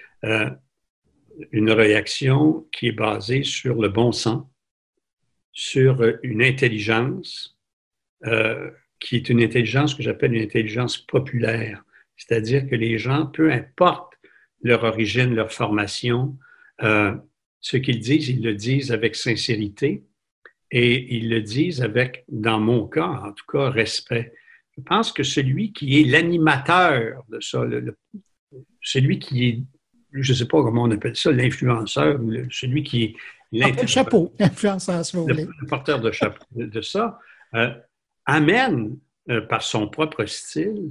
une réaction qui est basée sur le bon sens, sur une intelligence qui est une intelligence que j'appelle une intelligence populaire. C'est-à-dire que les gens, peu importe leur origine, leur formation, ce qu'ils disent, ils le disent avec sincérité et ils le disent avec, dans mon cas, en tout cas, respect. Je pense que celui qui est l'animateur de ça, celui qui est, je ne sais pas comment on appelle ça, l'influenceur, ou celui qui est le chapeau, l'influenceur, si vous voulez. Le porteur de chapeau de ça, amène par son propre style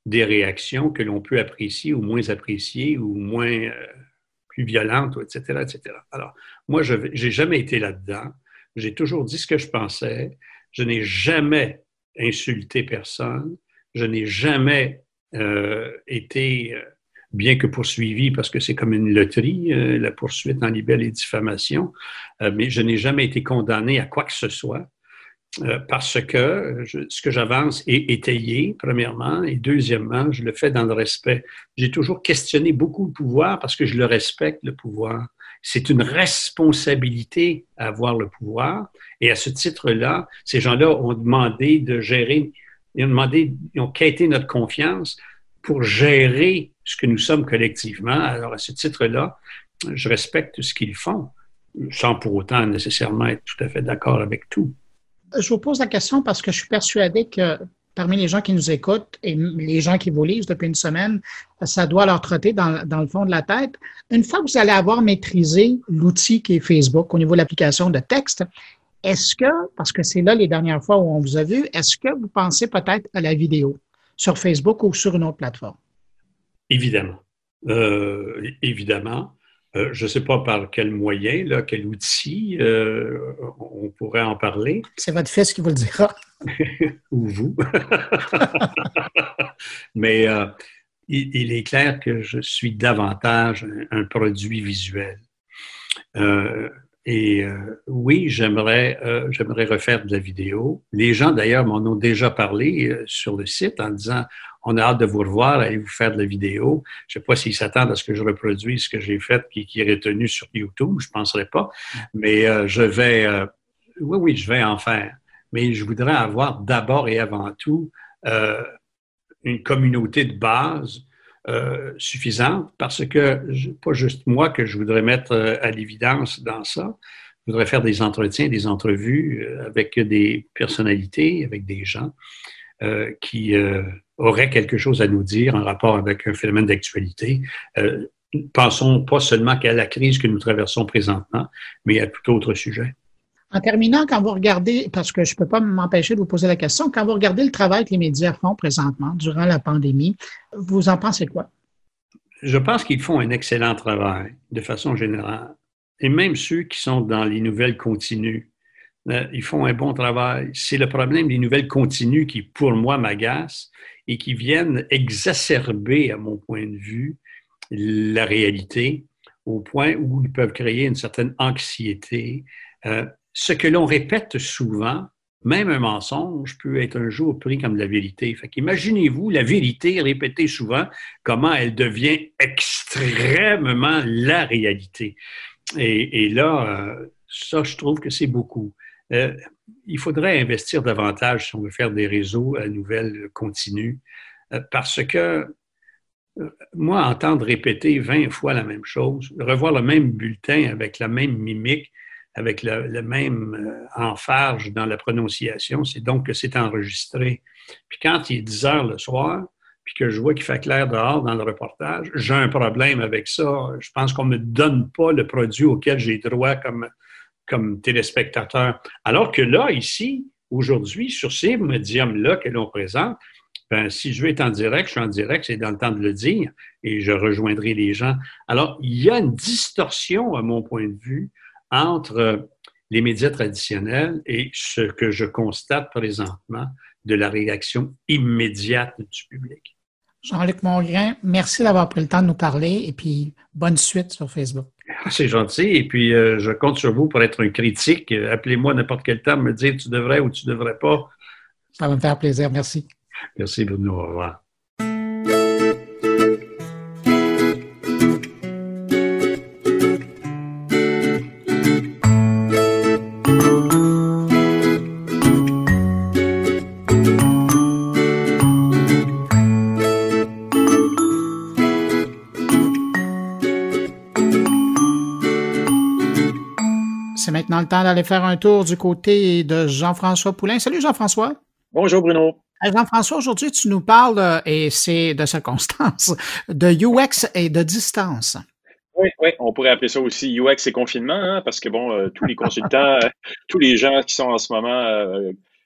des réactions que l'on peut apprécier ou moins apprécier ou moins plus violentes, etc., etc. Alors, moi, je n'ai jamais été là-dedans. J'ai toujours dit ce que je pensais. Je n'ai jamais insulté personne. Je n'ai jamais été, bien que poursuivi, parce que c'est comme une loterie, la poursuite en libelle et diffamation, mais je n'ai jamais été condamné à quoi que ce soit. Parce que ce que j'avance est étayé, premièrement, et deuxièmement, je le fais dans le respect. J'ai toujours questionné beaucoup le pouvoir parce que je le respecte, le pouvoir. C'est une responsabilité à avoir le pouvoir. Et à ce titre-là, ces gens-là ont demandé de gérer, ils ont quêté notre confiance pour gérer ce que nous sommes collectivement. Alors, à ce titre-là, je respecte ce qu'ils font, sans pour autant nécessairement être tout à fait d'accord avec tout. Je vous pose la question parce que je suis persuadé que parmi les gens qui nous écoutent et les gens qui vous lisent depuis une semaine, ça doit leur trotter dans le fond de la tête. Une fois que vous allez avoir maîtrisé l'outil qui est Facebook au niveau de l'application de texte, est-ce que, parce que c'est là les dernières fois où on vous a vu, est-ce que vous pensez peut-être à la vidéo sur Facebook ou sur une autre plateforme? Évidemment. Évidemment. Je ne sais pas par quel moyen, là, quel outil on pourrait en parler. C'est votre fils qui vous le dira. Ou vous. Mais il est clair que je suis davantage un produit visuel. Oui, j'aimerais refaire de la vidéo. Les gens, d'ailleurs, m'en ont déjà parlé sur le site en disant « On a hâte de vous revoir, allez-vous faire de la vidéo. » Je ne sais pas s'ils s'attendent à ce que je reproduise ce que j'ai fait qui est retenu sur YouTube, je ne penserais pas. Mais je vais en faire. Mais je voudrais avoir d'abord et avant tout une communauté de base suffisante parce que, pas juste moi que je voudrais mettre à l'évidence dans ça, je voudrais faire des entretiens, des entrevues avec des personnalités, avec des gens qui auraient quelque chose à nous dire en rapport avec un phénomène d'actualité. Pensons pas seulement qu'à la crise que nous traversons présentement, mais à tout autre sujet. En terminant, quand vous regardez, parce que je ne peux pas m'empêcher de vous poser la question, quand vous regardez le travail que les médias font présentement, durant la pandémie, vous en pensez quoi? Je pense qu'ils font un excellent travail, de façon générale. Et même ceux qui sont dans les nouvelles continues, ils font un bon travail. C'est le problème des nouvelles continues qui, pour moi, m'agace et qui viennent exacerber, à mon point de vue, la réalité au point où ils peuvent créer une certaine anxiété. Ce que l'on répète souvent, même un mensonge peut être un jour pris comme de la vérité. Fait qu'imaginez-vous la vérité répétée souvent, comment elle devient extrêmement la réalité. Et là, ça, je trouve que c'est beaucoup. Il faudrait investir davantage si on veut faire des réseaux à nouvelles continues, parce que moi, entendre répéter 20 fois la même chose, revoir le même bulletin avec la même mimique, avec le même emphase dans la prononciation, c'est donc que c'est enregistré. Puis quand il est 10 heures le soir, puis que je vois qu'il fait clair dehors dans le reportage, j'ai un problème avec ça. Je pense qu'on ne me donne pas le produit auquel j'ai droit comme téléspectateur. Alors que là, ici, aujourd'hui, sur ces médiums-là que l'on présente, ben, si je veux être en direct, je suis en direct, c'est dans le temps de le dire, et je rejoindrai les gens. Alors, il y a une distorsion, à mon point de vue, entre les médias traditionnels et ce que je constate présentement de la réaction immédiate du public. Jean-Luc Mongrain, merci d'avoir pris le temps de nous parler et puis bonne suite sur Facebook. C'est gentil et puis je compte sur vous pour être un critique. Appelez-moi n'importe quel temps, me dire tu devrais ou tu devrais pas. Ça va me faire plaisir, merci. Merci Bruno, au revoir. C'est maintenant le temps d'aller faire un tour du côté de Jean-François Poulain. Salut Jean-François. Bonjour Bruno. Jean-François, aujourd'hui, tu nous parles, et c'est de circonstance, de UX et de distance. Oui, on pourrait appeler ça aussi UX et confinement, hein, parce que bon, tous les consultants, tous les gens qui sont en ce moment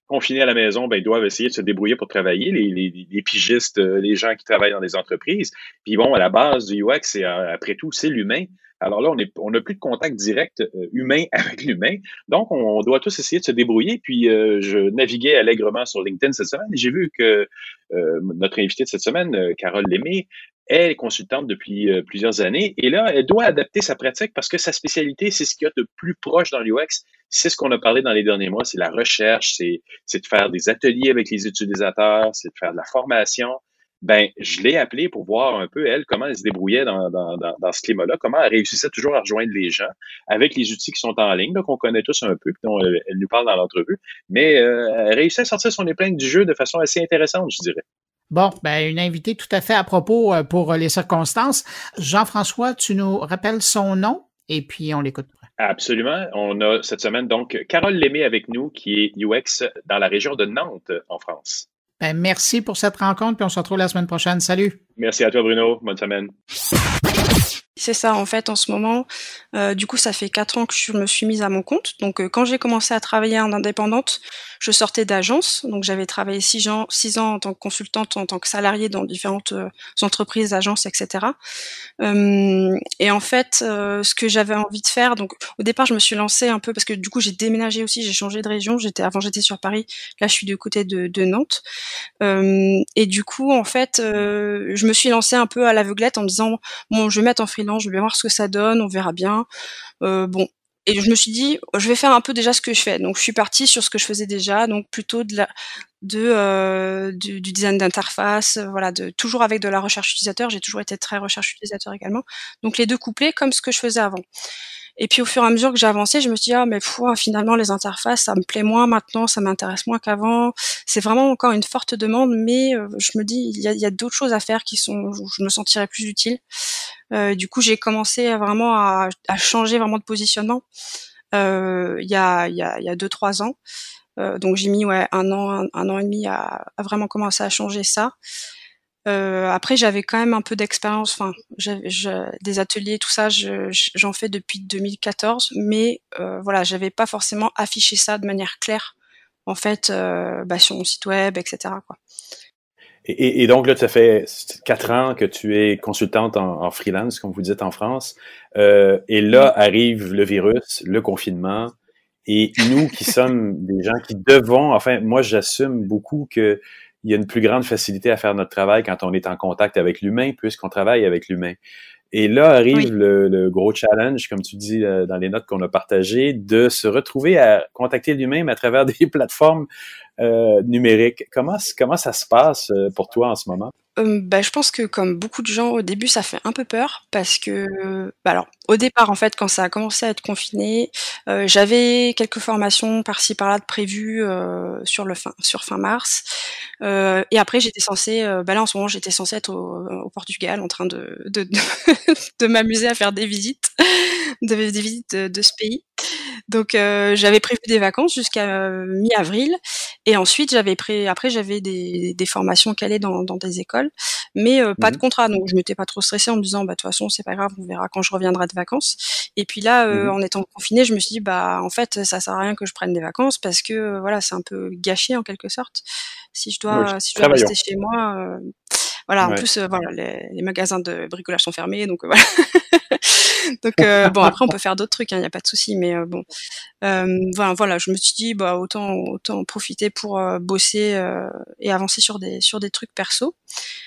confinés à la maison, ben, ils doivent essayer de se débrouiller pour travailler, les pigistes, les gens qui travaillent dans les entreprises. Puis bon, à la base du UX, après tout, c'est l'humain. Alors là, on n'a plus de contact direct humain avec l'humain. Donc, on doit tous essayer de se débrouiller. Puis, je naviguais allègrement sur LinkedIn cette semaine et j'ai vu que notre invitée de cette semaine, Carole Lémé, elle est consultante depuis plusieurs années et là, elle doit adapter sa pratique parce que sa spécialité, c'est ce qu'il y a de plus proche dans l'UX. C'est ce qu'on a parlé dans les derniers mois, c'est la recherche, c'est de faire des ateliers avec les utilisateurs, c'est de faire de la formation. Ben, je l'ai appelée pour voir un peu, elle, comment elle se débrouillait dans ce climat-là, comment elle réussissait toujours à rejoindre les gens avec les outils qui sont en ligne, qu'on connaît tous un peu, puis dont elle nous parle dans l'entrevue. Mais elle réussit à sortir son épingle du jeu de façon assez intéressante, je dirais. Bon, ben une invitée tout à fait à propos pour les circonstances. Jean-François, tu nous rappelles son nom et puis on l'écoute. Absolument. On a cette semaine donc Carole Lémé avec nous, qui est UX dans la région de Nantes, en France. Ben, merci pour cette rencontre, puis on se retrouve la semaine prochaine. Salut. Merci à toi, Bruno. Bonne semaine. C'est ça, en fait, en ce moment. Du coup, ça fait 4 ans que je me suis mise à mon compte. Donc, quand j'ai commencé à travailler en indépendante, je sortais d'agence. Donc, j'avais travaillé 6 ans en tant que consultante, en tant que salariée dans différentes entreprises, agences, etc. Et en fait, ce que j'avais envie de faire, donc au départ, je me suis lancée un peu parce que du coup, j'ai déménagé aussi, j'ai changé de région. Avant, j'étais sur Paris. Là, je suis du côté de Nantes. Et du coup, en fait, je me suis lancée un peu à l'aveuglette en me disant, bon, je vais mettre en freelance, je vais voir ce que ça donne, on verra bien. Bon. Et je me suis dit, je vais faire un peu déjà ce que je fais. Donc, je suis partie sur ce que je faisais déjà, donc plutôt du design d'interface, voilà, toujours avec de la recherche utilisateur. J'ai toujours été très recherche utilisateur également. Donc, les deux couplés comme ce que je faisais avant. Et puis, au fur et à mesure que j'avançais, je me suis dit, mais finalement, les interfaces, ça me plaît moins maintenant, ça m'intéresse moins qu'avant. C'est vraiment encore une forte demande, mais je me dis, il y a d'autres choses à faire où je me sentirais plus utile. Du coup, j'ai commencé vraiment à changer vraiment de positionnement il y a 2-3 ans. Donc, j'ai mis un an et demi à vraiment commencer à changer ça. Après, j'avais quand même un peu d'expérience. Enfin, des ateliers, tout ça, j'en fais depuis 2014, mais voilà, j'avais pas forcément affiché ça de manière claire, en fait, sur mon site web, etc., quoi. Et donc là, ça fait 4 ans que tu es consultante en freelance, comme vous dites en France. Et là arrive le virus, le confinement. Et nous qui sommes des gens qui devons, enfin, moi, j'assume beaucoup que il y a une plus grande facilité à faire notre travail quand on est en contact avec l'humain, puisqu'on travaille avec l'humain. Et là arrive le gros challenge, comme tu dis dans les notes qu'on a partagées, de se retrouver à contacter l'humain, mais à travers des plateformes numériques. Comment ça se passe pour toi en ce moment? Je pense que comme beaucoup de gens, au début, ça fait un peu peur parce que, alors, au départ, en fait, quand ça a commencé à être confiné, j'avais quelques formations par-ci par-là de prévues sur fin mars. Et après, j'étais censée, là, en ce moment, j'étais censée être au Portugal en train de m'amuser à faire des visites, des visites de ce pays. Donc, j'avais prévu des vacances jusqu'à mi-avril. Et ensuite, j'avais des formations calées dans des écoles, mais pas de contrat. Donc, je m'étais pas trop stressée en me disant, de toute façon, c'est pas grave, on verra quand je reviendrai de vacances. Et puis là, en étant confinée, je me suis dit, en fait, ça sert à rien que je prenne des vacances parce que, voilà, c'est un peu gâché en quelque sorte. Si je dois rester chez moi, voilà, en plus, voilà, les magasins de bricolage sont fermés, donc voilà. Donc bon, après on peut faire d'autres trucs, il y a pas de souci, mais bon, voilà, je me suis dit autant en profiter pour bosser et avancer sur des trucs perso.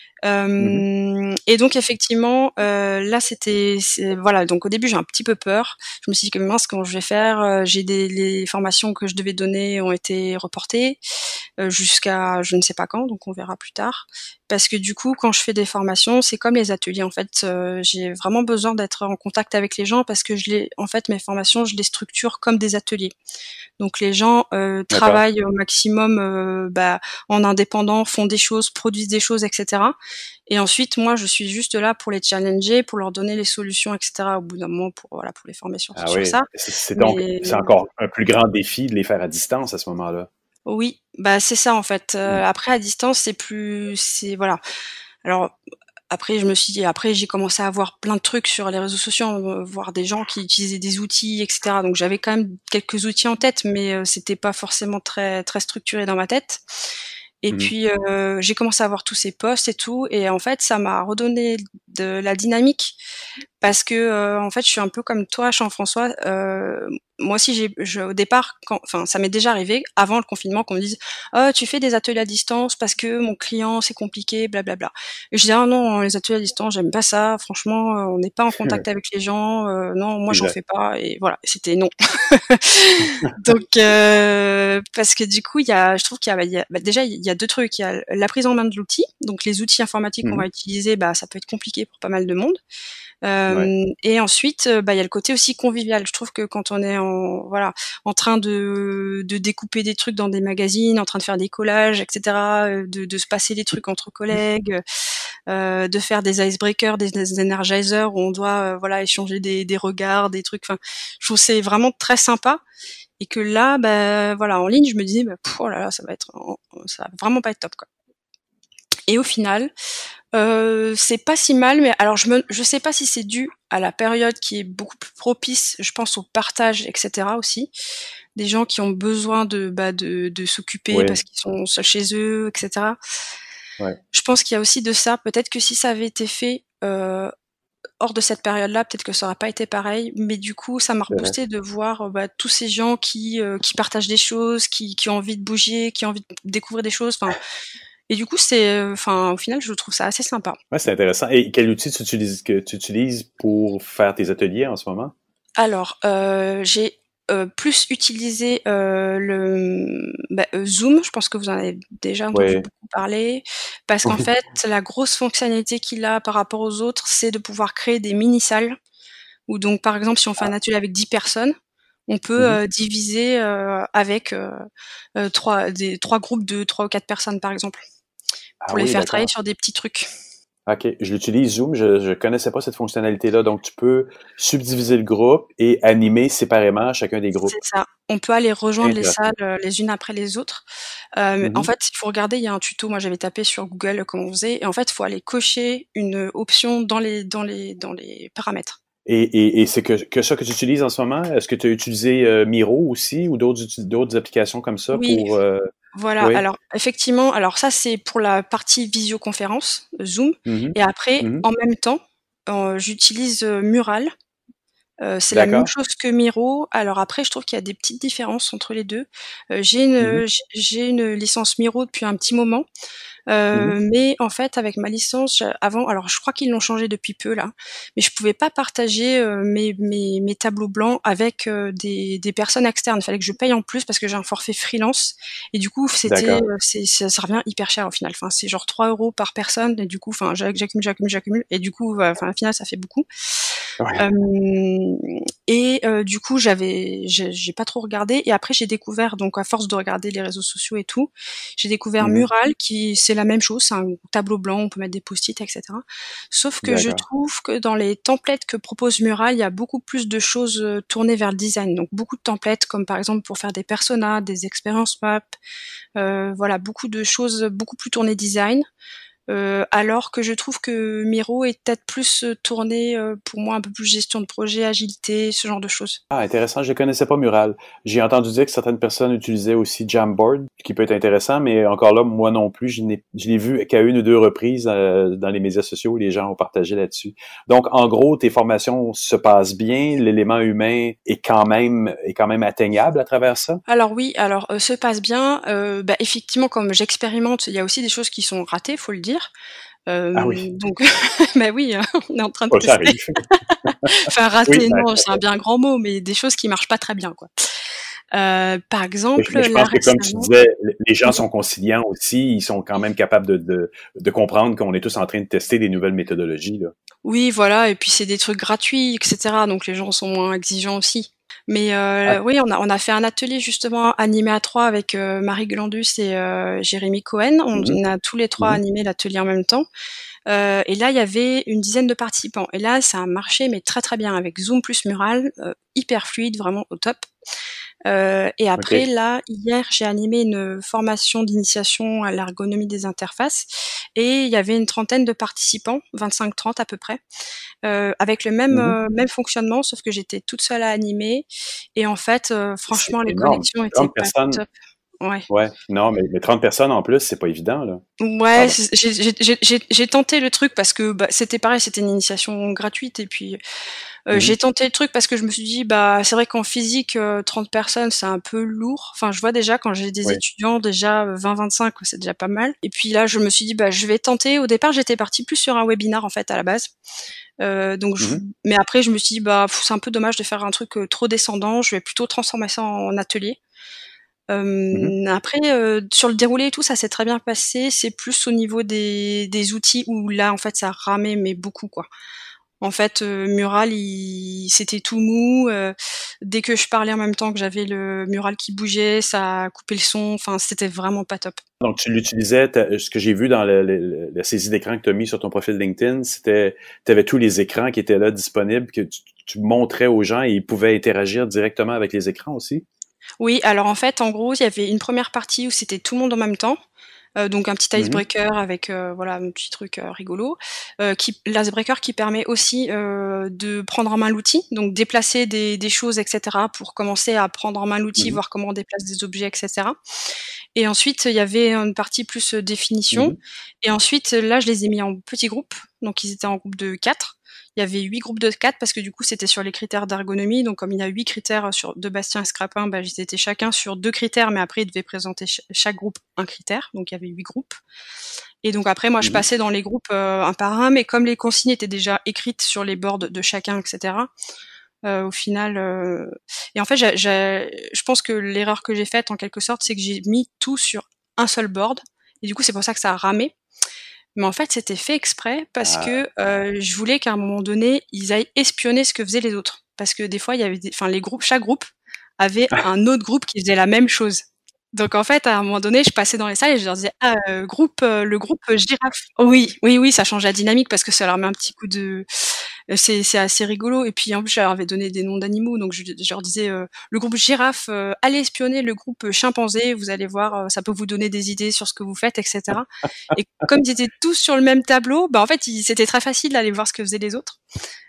Et donc effectivement, là voilà, donc au début j'ai un petit peu peur. Je me suis dit que mince, comment je vais faire? Les formations que je devais donner ont été reportées jusqu'à je ne sais pas quand, donc on verra plus tard. Parce que du coup, quand je fais des formations, c'est comme les ateliers en fait. J'ai vraiment besoin d'être en contact avec les gens parce que en fait mes formations, je les structure comme des ateliers. Donc les gens travaillent au maximum en indépendant, font des choses, produisent des choses, etc. Et ensuite, moi, je suis juste là pour les challenger, pour leur donner les solutions, etc. Au bout d'un moment, pour les former sur ça. C'est encore un plus grand défi de les faire à distance à ce moment-là. Oui, c'est ça en fait. Après, à distance, voilà. Alors, après après j'ai commencé à voir plein de trucs sur les réseaux sociaux, voir des gens qui utilisaient des outils, etc. Donc j'avais quand même quelques outils en tête, mais c'était pas forcément très très structuré dans ma tête. Et puis j'ai commencé à voir tous ces posts et tout, et en fait ça m'a redonné de la dynamique parce que en fait je suis un peu comme toi, Jean-François. Moi aussi au départ, enfin ça m'est déjà arrivé avant le confinement qu'on me dise tu fais des ateliers à distance parce que mon client c'est compliqué, blablabla. Et je dis non, les ateliers à distance j'aime pas ça. Franchement on n'est pas en contact avec les gens. Non moi j'en fais pas, et voilà, c'était non. Donc parce que du coup je trouve qu'il y a déjà il y a deux trucs. Il y a la prise en main de l'outil, donc les outils informatiques qu'on va utiliser, ça peut être compliqué pour pas mal de monde. Et ensuite, il y a le côté aussi convivial. Je trouve que quand on est en train de découper des trucs dans des magazines, en train de faire des collages, etc., de se passer des trucs entre collègues, de faire des icebreakers, des energizers où on doit échanger des regards, des trucs. Enfin, je trouve que c'est vraiment très sympa. Et que là, en ligne, je me disais, oh là là, ça va vraiment pas être top, quoi. Et au final, c'est pas si mal, mais alors je sais pas si c'est dû à la période qui est beaucoup plus propice, je pense au partage, etc. aussi. Des gens qui ont besoin de s'occuper parce qu'ils sont seuls chez eux, etc. Ouais. Je pense qu'il y a aussi de ça. Peut-être que si ça avait été fait hors de cette période-là, peut-être que ça aurait pas été pareil, mais du coup, ça m'a reboosté de voir tous ces gens qui partagent des choses, qui ont envie de bouger, qui ont envie de découvrir des choses. Enfin, et du coup, au final, je trouve ça assez sympa. Ouais, c'est intéressant. Et quel outil tu utilises pour faire tes ateliers en ce moment? Alors, j'ai plus utilisé Zoom. Je pense que vous en avez déjà entendu beaucoup parler, parce qu'en fait, la grosse fonctionnalité qu'il a par rapport aux autres, c'est de pouvoir créer des mini-salles, où donc, par exemple, si on fait un atelier avec 10 personnes, on peut diviser avec trois groupes de 3 ou 4 personnes, par exemple, pour les faire travailler sur des petits trucs. OK. Je l'utilise Zoom. Je connaissais pas cette fonctionnalité-là. Donc, tu peux subdiviser le groupe et animer séparément chacun des groupes. C'est ça. On peut aller rejoindre les salles les unes après les autres. En fait, il faut regarder, il y a un tuto. Moi, j'avais tapé sur Google comment on faisait. Et en fait, il faut aller cocher une option dans les paramètres. Et c'est que ça que tu utilises en ce moment? Est-ce que tu as utilisé Miro aussi ou d'autres applications comme ça pour... Voilà, alors effectivement, ça c'est pour la partie visioconférence, Zoom, et après, en même temps, j'utilise Mural. C'est la même chose que Miro. Alors après, je trouve qu'il y a des petites différences entre les deux. J'ai une licence Miro depuis un petit moment. Mais en fait, avec ma licence, avant, alors je crois qu'ils l'ont changé depuis peu là, mais je pouvais pas partager mes tableaux blancs avec des personnes externes. Il fallait que je paye en plus parce que j'ai un forfait freelance, et du coup ça revient hyper cher au final. Enfin, c'est genre 3 € par personne, et du coup, j'accumule, et du coup, au final, ça fait beaucoup. Du coup, j'ai pas trop regardé, et après j'ai découvert, donc à force de regarder les réseaux sociaux et tout, j'ai découvert Mural, qui c'est la même chose, c'est un tableau blanc, on peut mettre des post-it, etc. Sauf que je trouve que dans les templates que propose Mural, il y a beaucoup plus de choses tournées vers le design, donc beaucoup de templates, comme par exemple pour faire des personas, des expériences maps, beaucoup de choses beaucoup plus tournées design. Alors que je trouve que Miro est peut-être plus tourné, pour moi, un peu plus gestion de projet, agilité, ce genre de choses. Ah, intéressant. Je ne connaissais pas Mural. J'ai entendu dire que certaines personnes utilisaient aussi Jamboard, qui peut être intéressant, mais encore là, moi non plus, je l'ai vu qu'à 1 ou 2 reprises dans les médias sociaux où les gens ont partagé là-dessus. Donc, en gros, tes formations se passent bien, l'élément humain est quand même atteignable à travers ça? Alors oui, se passe bien. Effectivement, comme j'expérimente, il y a aussi des choses qui sont ratées, faut le dire. Donc, oui, on est en train de tester. Ça arrive. Enfin, rater, non, c'est un bien grand mot, mais des choses qui marchent pas très bien, quoi. Par exemple, mais je pense que comme tu disais, les gens sont conciliants aussi, ils sont quand même capables de comprendre qu'on est tous en train de tester des nouvelles méthodologies, là. Oui, voilà, et puis c'est des trucs gratuits, etc. Donc les gens sont moins exigeants aussi. Mais oui, on a fait un atelier justement animé à 3 avec Marie Glandus et Jérémy Cohen. On a tous les 3 animé l'atelier en même temps. Et là, il y avait une dizaine de participants. Et là, ça a marché, mais très très bien, avec Zoom plus Mural, hyper fluide, vraiment au top. Et après, là, hier, j'ai animé une formation d'initiation à l'ergonomie des interfaces et il y avait une trentaine de participants, 25-30 à peu près, avec le même fonctionnement, sauf que j'étais toute seule à animer et en fait, franchement, les connexions étaient pas top. Ouais, non, mais 30 personnes en plus, c'est pas évident, là. Ouais, j'ai tenté le truc parce que c'était pareil, c'était une initiation gratuite et puis j'ai tenté le truc parce que je me suis dit c'est vrai qu'en physique 30 personnes c'est un peu lourd. Enfin, je vois déjà quand j'ai des étudiants déjà 20-25, c'est déjà pas mal. Et puis là, je me suis dit je vais tenter. Au départ, j'étais partie plus sur un webinar en fait à la base. Mais après je me suis dit c'est un peu dommage de faire un truc trop descendant, je vais plutôt transformer ça en atelier. Après, sur le déroulé et tout, ça s'est très bien passé. C'est plus au niveau des outils où là, en fait, ça ramait, mais beaucoup, quoi. En fait, Mural, c'était tout mou. Dès que je parlais en même temps que j'avais le Mural qui bougeait, ça a coupé le son. Enfin, c'était vraiment pas top. Donc, tu l'utilisais, ce que j'ai vu dans la saisie d'écran que tu as mis sur ton profil LinkedIn, c'était, tu avais tous les écrans qui étaient là disponibles, que tu montrais aux gens et ils pouvaient interagir directement avec les écrans aussi? Oui, alors en fait, en gros, il y avait une première partie où c'était tout le monde en même temps. Donc un petit icebreaker avec un petit truc rigolo. L'icebreaker qui permet aussi de prendre en main l'outil, donc déplacer des choses, etc. pour commencer à prendre en main l'outil, voir comment on déplace des objets, etc. Et ensuite, il y avait une partie plus définition. Et ensuite, là, je les ai mis en petits groupes. Donc ils étaient en groupe de 4. Il y avait 8 groupes de 4 parce que du coup, c'était sur les critères d'ergonomie. Donc, comme il y a 8 critères de Bastien et Scrapin, ils étaient chacun sur 2 critères, mais après, ils devaient présenter chaque groupe un critère. Donc, il y avait 8 groupes. Et donc, après, moi, je passais dans les groupes un par un, mais comme les consignes étaient déjà écrites sur les boards de chacun, etc., au final... Et en fait, je pense que l'erreur que j'ai faite, en quelque sorte, c'est que j'ai mis tout sur un seul board. Et du coup, c'est pour ça que ça a ramé. Mais en fait, c'était fait exprès parce que je voulais qu'à un moment donné, ils aillent espionner ce que faisaient les autres. Parce que des fois, il y avait chaque groupe avait un autre groupe qui faisait la même chose. Donc en fait, à un moment donné, je passais dans les salles et je leur disais le groupe girafe. Oui, ça change la dynamique parce que ça leur met un petit coup de c'est assez rigolo. Et puis en plus, je leur avais donné des noms d'animaux, donc je leur disais le groupe girafe, allez espionner le groupe chimpanzé, vous allez voir, ça peut vous donner des idées sur ce que vous faites, etc. Et comme ils étaient tous sur le même tableau, en fait, c'était très facile d'aller voir ce que faisaient les autres.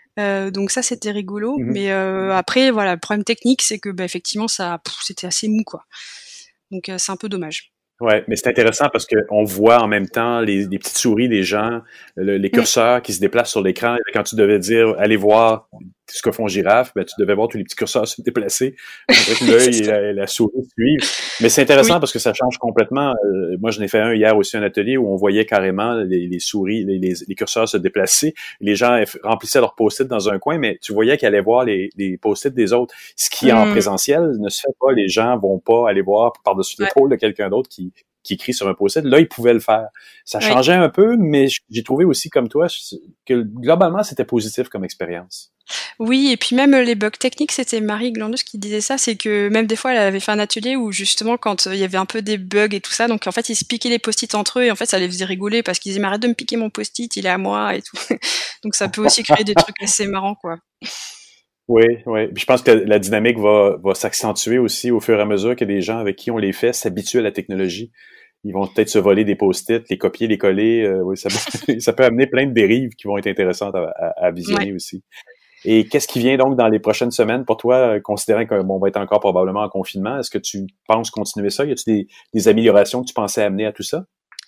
Donc ça, c'était rigolo. Mais après, voilà, le problème technique, c'est que effectivement, c'était assez mou, quoi. Donc c'est un peu dommage. Ouais, mais c'est intéressant parce qu'on voit en même temps les petites souris des gens, les curseurs qui se déplacent sur l'écran. Quand tu devais dire allez voir ce que font girafes, tu devais voir tous les petits curseurs se déplacer. C'est vrai que l'œil et la souris suivent. Mais c'est intéressant parce que ça change complètement. Moi, je n'ai fait un hier aussi, un atelier où on voyait carrément les souris, les curseurs se déplacer. Les gens remplissaient leurs post-it dans un coin, mais tu voyais qu'ils allaient voir les post-it des autres. Ce qui, en présentiel, ne se fait pas. Les gens vont pas aller voir par-dessus l'épaule de quelqu'un d'autre qui écrit sur un post-it. Là, ils pouvaient le faire. Ça changeait un peu, mais j'ai trouvé aussi, comme toi, que globalement, c'était positif comme expérience. Oui, et puis même les bugs techniques, c'était Marie Glandus qui disait ça, c'est que même des fois, elle avait fait un atelier où justement, quand il y avait un peu des bugs et tout ça, donc en fait, ils se piquaient les post-it entre eux, et en fait, ça les faisait rigoler parce qu'ils disaient, mais arrête de me piquer mon post-it, il est à moi, et tout. Donc ça peut aussi créer des trucs assez marrants, quoi. Oui. Puis je pense que la dynamique va s'accentuer aussi au fur et à mesure que les gens avec qui on les fait s'habituent à la technologie. Ils vont peut-être se voler des post-it, les copier, les coller. Ça peut amener plein de dérives qui vont être intéressantes à visionner aussi. Et qu'est-ce qui vient donc dans les prochaines semaines pour toi, considérant qu'on va être encore probablement en confinement? Est-ce que tu penses continuer ça? Y a-t-il des améliorations que tu pensais amener à tout ça?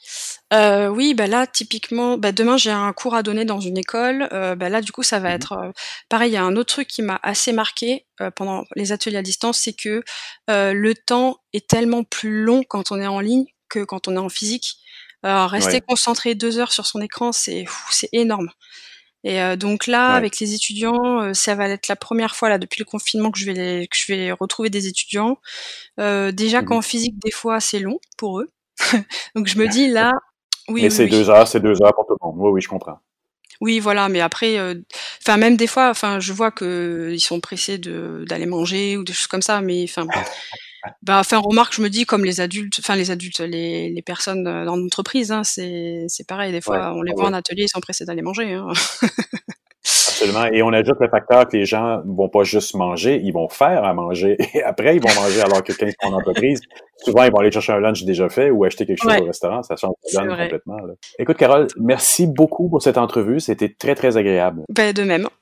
Oui, là, typiquement, demain, j'ai un cours à donner dans une école. Là, du coup, ça va être pareil. Il y a un autre truc qui m'a assez marqué pendant les ateliers à distance, c'est que le temps est tellement plus long quand on est en ligne que quand on est en physique. Rester concentré 2 heures sur son écran, c'est énorme. Et donc là, avec les étudiants, ça va être la première fois là depuis le confinement que je vais retrouver des étudiants. Déjà qu'en physique, des fois, c'est long pour eux. Donc je me dis là, oui. Mais c'est 2 heures pour tout le monde. Oui, je comprends. Oui, voilà, mais après, enfin même des fois, enfin je vois qu'ils sont pressés d'aller manger ou des choses comme ça, mais enfin remarque, je me dis comme les personnes, dans l'entreprise, hein, c'est pareil, des Ouais, fois on les voit en ouais. atelier, ils sont pressés d'aller manger, hein. Absolument. Et on ajoute le facteur que les gens vont pas juste manger, ils vont faire à manger. Et après, ils vont manger. Alors que quand ils sont en entreprise, souvent, ils vont aller chercher un lunch déjà fait ou acheter quelque chose Ouais, au restaurant. Ça change la c'est donne vrai. complètement, là. Écoute, Carole, merci beaucoup pour cette entrevue. C'était très, très agréable. Ben, de même.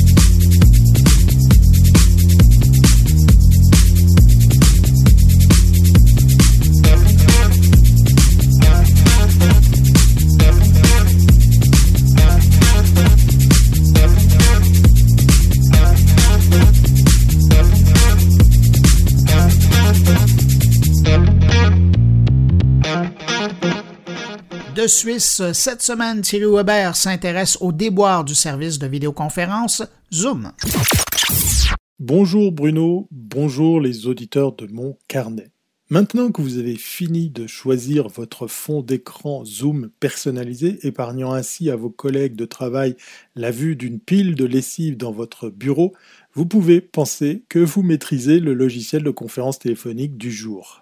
De Suisse, cette semaine, Thierry Weber s'intéresse aux déboires du service de vidéoconférence Zoom. Bonjour Bruno, bonjour les auditeurs de mon carnet. Maintenant que vous avez fini de choisir votre fond d'écran Zoom personnalisé, épargnant ainsi à vos collègues de travail la vue d'une pile de lessive dans votre bureau, vous pouvez penser que vous maîtrisez le logiciel de conférence téléphonique du jour.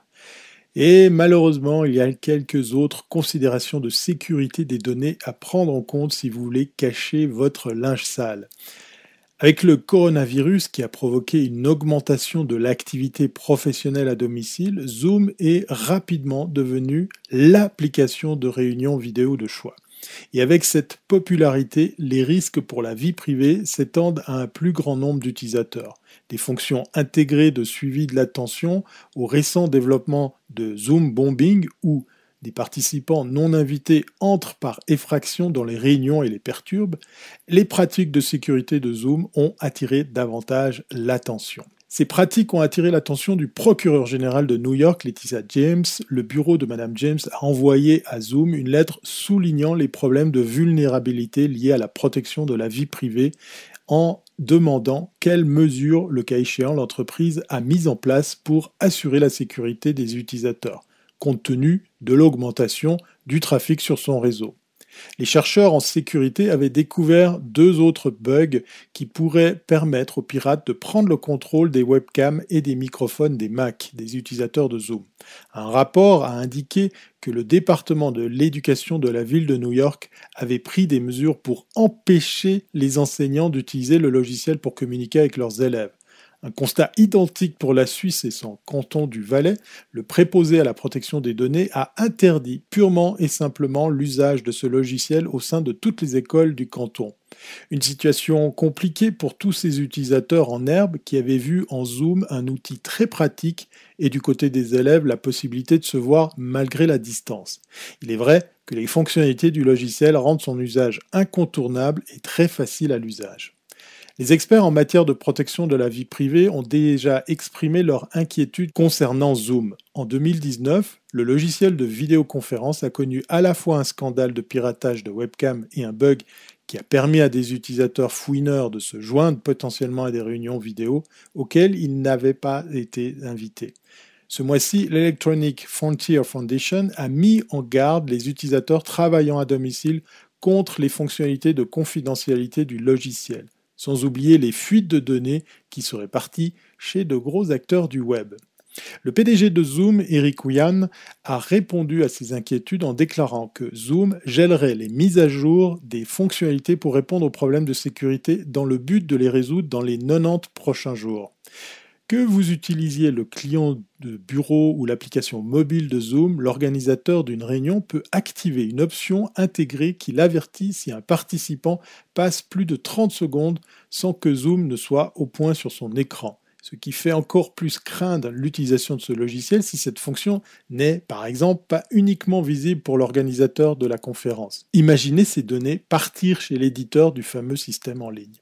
Et malheureusement, il y a quelques autres considérations de sécurité des données à prendre en compte si vous voulez cacher votre linge sale. Avec le coronavirus qui a provoqué une augmentation de l'activité professionnelle à domicile, Zoom est rapidement devenu l'application de réunion vidéo de choix. Et avec cette popularité, les risques pour la vie privée s'étendent à un plus grand nombre d'utilisateurs. Des fonctions intégrées de suivi de l'attention au récent développement de Zoom bombing où des participants non invités entrent par effraction dans les réunions et les perturbent, les pratiques de sécurité de Zoom ont attiré davantage l'attention. Ces pratiques ont attiré l'attention du procureur général de New York, Laetitia James. Le bureau de Madame James a envoyé à Zoom une lettre soulignant les problèmes de vulnérabilité liés à la protection de la vie privée en demandant quelles mesures, le cas échéant, l'entreprise a mises en place pour assurer la sécurité des utilisateurs, compte tenu de l'augmentation du trafic sur son réseau. Les chercheurs en sécurité avaient découvert 2 autres bugs qui pourraient permettre aux pirates de prendre le contrôle des webcams et des microphones des Mac, des utilisateurs de Zoom. Un rapport a indiqué que le département de l'éducation de la ville de New York avait pris des mesures pour empêcher les enseignants d'utiliser le logiciel pour communiquer avec leurs élèves. Un constat identique pour la Suisse et son canton du Valais, le préposé à la protection des données a interdit purement et simplement l'usage de ce logiciel au sein de toutes les écoles du canton. Une situation compliquée pour tous ces utilisateurs en herbe qui avaient vu en Zoom un outil très pratique et du côté des élèves la possibilité de se voir malgré la distance. Il est vrai que les fonctionnalités du logiciel rendent son usage incontournable et très facile à l'usage. Les experts en matière de protection de la vie privée ont déjà exprimé leur inquiétude concernant Zoom. En 2019, le logiciel de vidéoconférence a connu à la fois un scandale de piratage de webcam et un bug qui a permis à des utilisateurs fouineurs de se joindre potentiellement à des réunions vidéo auxquelles ils n'avaient pas été invités. Ce mois-ci, l'Electronic Frontier Foundation a mis en garde les utilisateurs travaillant à domicile contre les fonctionnalités de confidentialité du logiciel, sans oublier les fuites de données qui seraient parties chez de gros acteurs du web. Le PDG de Zoom, Eric Yuan, a répondu à ces inquiétudes en déclarant que Zoom gèlerait les mises à jour des fonctionnalités pour répondre aux problèmes de sécurité dans le but de les résoudre dans les 90 prochains jours. Que vous utilisiez le client de bureau ou l'application mobile de Zoom, l'organisateur d'une réunion peut activer une option intégrée qui l'avertit si un participant passe plus de 30 secondes sans que Zoom ne soit au point sur son écran. Ce qui fait encore plus craindre l'utilisation de ce logiciel si cette fonction n'est, par exemple, pas uniquement visible pour l'organisateur de la conférence. Imaginez ces données partir chez l'éditeur du fameux système en ligne.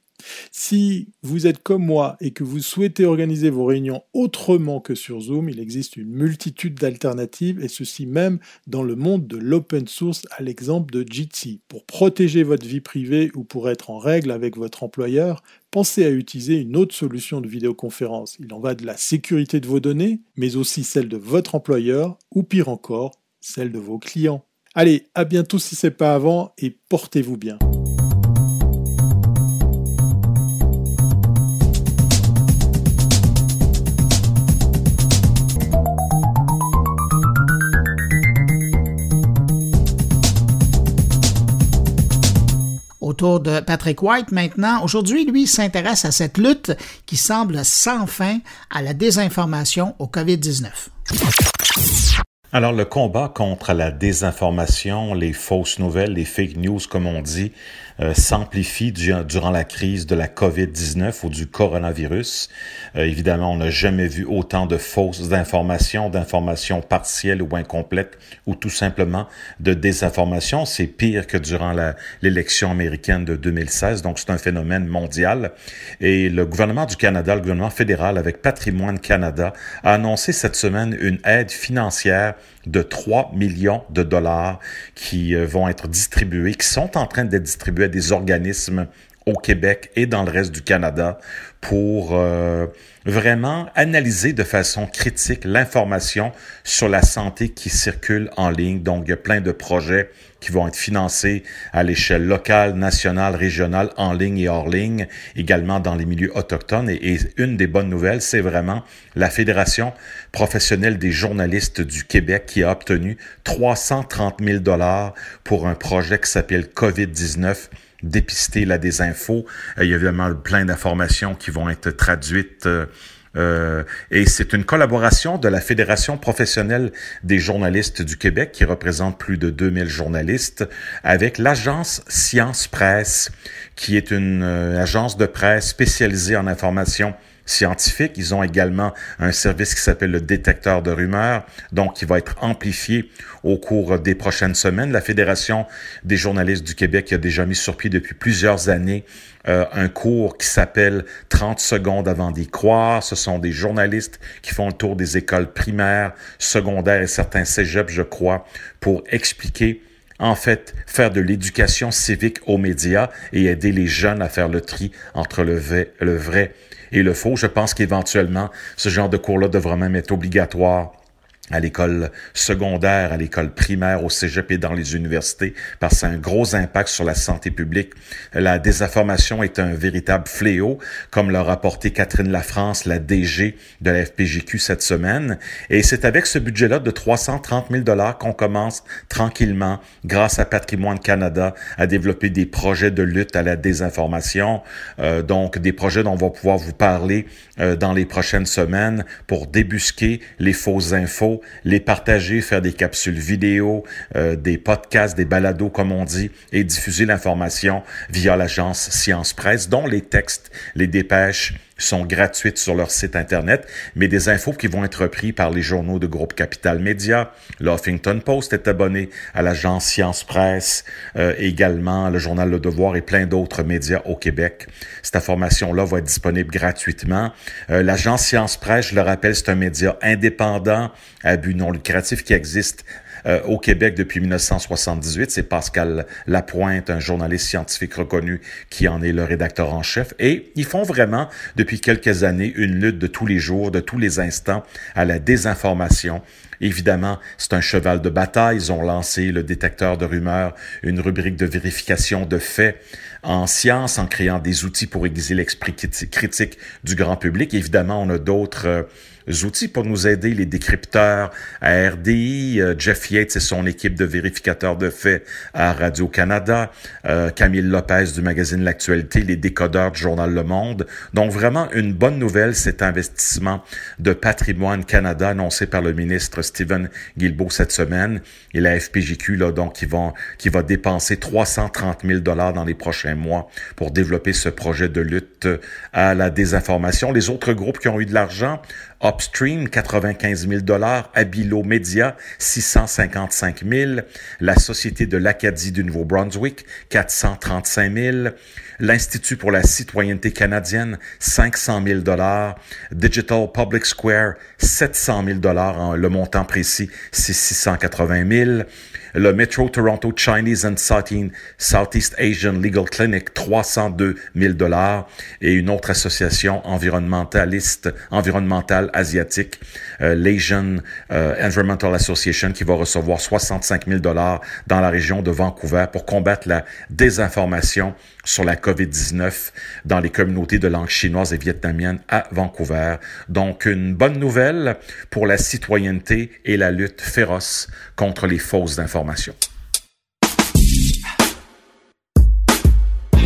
Si vous êtes comme moi et que vous souhaitez organiser vos réunions autrement que sur Zoom, il existe une multitude d'alternatives et ceci même dans le monde de l'open source à l'exemple de Jitsi. Pour protéger votre vie privée ou pour être en règle avec votre employeur, pensez à utiliser une autre solution de vidéoconférence. Il en va de la sécurité de vos données, mais aussi celle de votre employeur ou pire encore, celle de vos clients. Allez, à bientôt si c'est pas avant et portez-vous bien. tour de Patrick White maintenant. Aujourd'hui, lui, s'intéresse à cette lutte qui semble sans fin à la désinformation au COVID-19. Alors, le combat contre la désinformation, les fausses nouvelles, les fake news, comme on dit, s'amplifie durant la crise de la COVID-19 ou du coronavirus. Évidemment, on n'a jamais vu autant de fausses informations, d'informations partielles ou incomplètes, ou tout simplement de désinformation. C'est pire que durant l'élection américaine de 2016, donc c'est un phénomène mondial. Et le gouvernement du Canada, le gouvernement fédéral, avec Patrimoine Canada, a annoncé cette semaine une aide financière de 3 millions de dollars qui vont être distribués, qui sont en train d'être distribués à des organismes au Québec et dans le reste du Canada pour vraiment analyser de façon critique l'information sur la santé qui circule en ligne. Donc, il y a plein de projets qui vont être financés à l'échelle locale, nationale, régionale, en ligne et hors ligne, également dans les milieux autochtones. Et une des bonnes nouvelles, c'est vraiment la Fédération professionnelle des journalistes du Québec qui a obtenu 330 000 $ pour un projet qui s'appelle COVID-19, dépister la désinfo. Il y a évidemment plein d'informations qui vont être traduites et c'est une collaboration de la Fédération professionnelle des journalistes du Québec qui représente plus de 2000 journalistes avec l'agence Science Presse qui est une agence de presse spécialisée en information scientifique. Ils ont également un service qui s'appelle le détecteur de rumeurs, donc qui va être amplifié au cours des prochaines semaines. La Fédération des journalistes du Québec a déjà mis sur pied depuis plusieurs années un cours qui s'appelle 30 secondes avant d'y croire. Ce sont des journalistes qui font le tour des écoles primaires, secondaires et certains cégeps, je crois, pour expliquer en fait, faire de l'éducation civique aux médias et aider les jeunes à faire le tri entre le vrai et le faux. Je pense qu'éventuellement, ce genre de cours-là devra même être obligatoire à l'école secondaire, à l'école primaire, au cégep et dans les universités, parce que ça a un gros impact sur la santé publique. La désinformation est un véritable fléau, comme l'a rapporté Catherine Lafrance, la DG de la FPJQ cette semaine. Et c'est avec ce budget-là de 330 000 $ qu'on commence tranquillement, grâce à Patrimoine Canada, à développer des projets de lutte à la désinformation. Donc, des projets dont on va pouvoir vous parler dans les prochaines semaines pour débusquer les fausses infos, les partager, faire des capsules vidéo, des podcasts, des balados comme on dit, et diffuser l'information via l'agence Science Presse, dont les textes, les dépêches sont gratuites sur leur site Internet, mais des infos qui vont être reprises par les journaux de groupe Capital Média. Le Huffington Post est abonné à l'agence Science Presse, également le journal Le Devoir et plein d'autres médias au Québec. Cette information-là va être disponible gratuitement. L'agence Science Presse, je le rappelle, c'est un média indépendant à but non lucratif qui existe au Québec depuis 1978. C'est Pascal Lapointe, un journaliste scientifique reconnu, qui en est le rédacteur en chef. Et ils font vraiment, depuis quelques années, une lutte de tous les jours, de tous les instants, à la désinformation. Évidemment, c'est un cheval de bataille. Ils ont lancé le détecteur de rumeurs, une rubrique de vérification de faits en science, en créant des outils pour aiguiser l'esprit critique du grand public. Évidemment, on a d'autres outils pour nous aider, les décrypteurs à RDI, Jeff Yates et son équipe de vérificateurs de faits à Radio-Canada, Camille Lopez du magazine L'Actualité, les décodeurs du journal Le Monde. Donc vraiment une bonne nouvelle, cet investissement de Patrimoine Canada annoncé par le ministre Stephen Guilbeault cette semaine et la FPJQ là donc qui va dépenser 330 000 $ dans les prochains mois pour développer ce projet de lutte à la désinformation. Les autres groupes qui ont eu de l'argent, Upstream, 95 000 $, Abilo Media, 655 000 $, la Société de l'Acadie du Nouveau-Brunswick, 435 000 $, l'Institut pour la citoyenneté canadienne, 500 000 $, Digital Public Square, 700 000 $, le montant précis, c'est 680 000 $, le Metro Toronto Chinese and Southeast Asian Legal Clinic, 302 000 $ et une autre association environnementale asiatique, l'Asian Environmental Association, qui va recevoir 65 000 $ dans la région de Vancouver pour combattre la désinformation sur la COVID-19 dans les communautés de langue chinoise et vietnamienne à Vancouver. Donc, une bonne nouvelle pour la citoyenneté et la lutte féroce contre les fausses informations.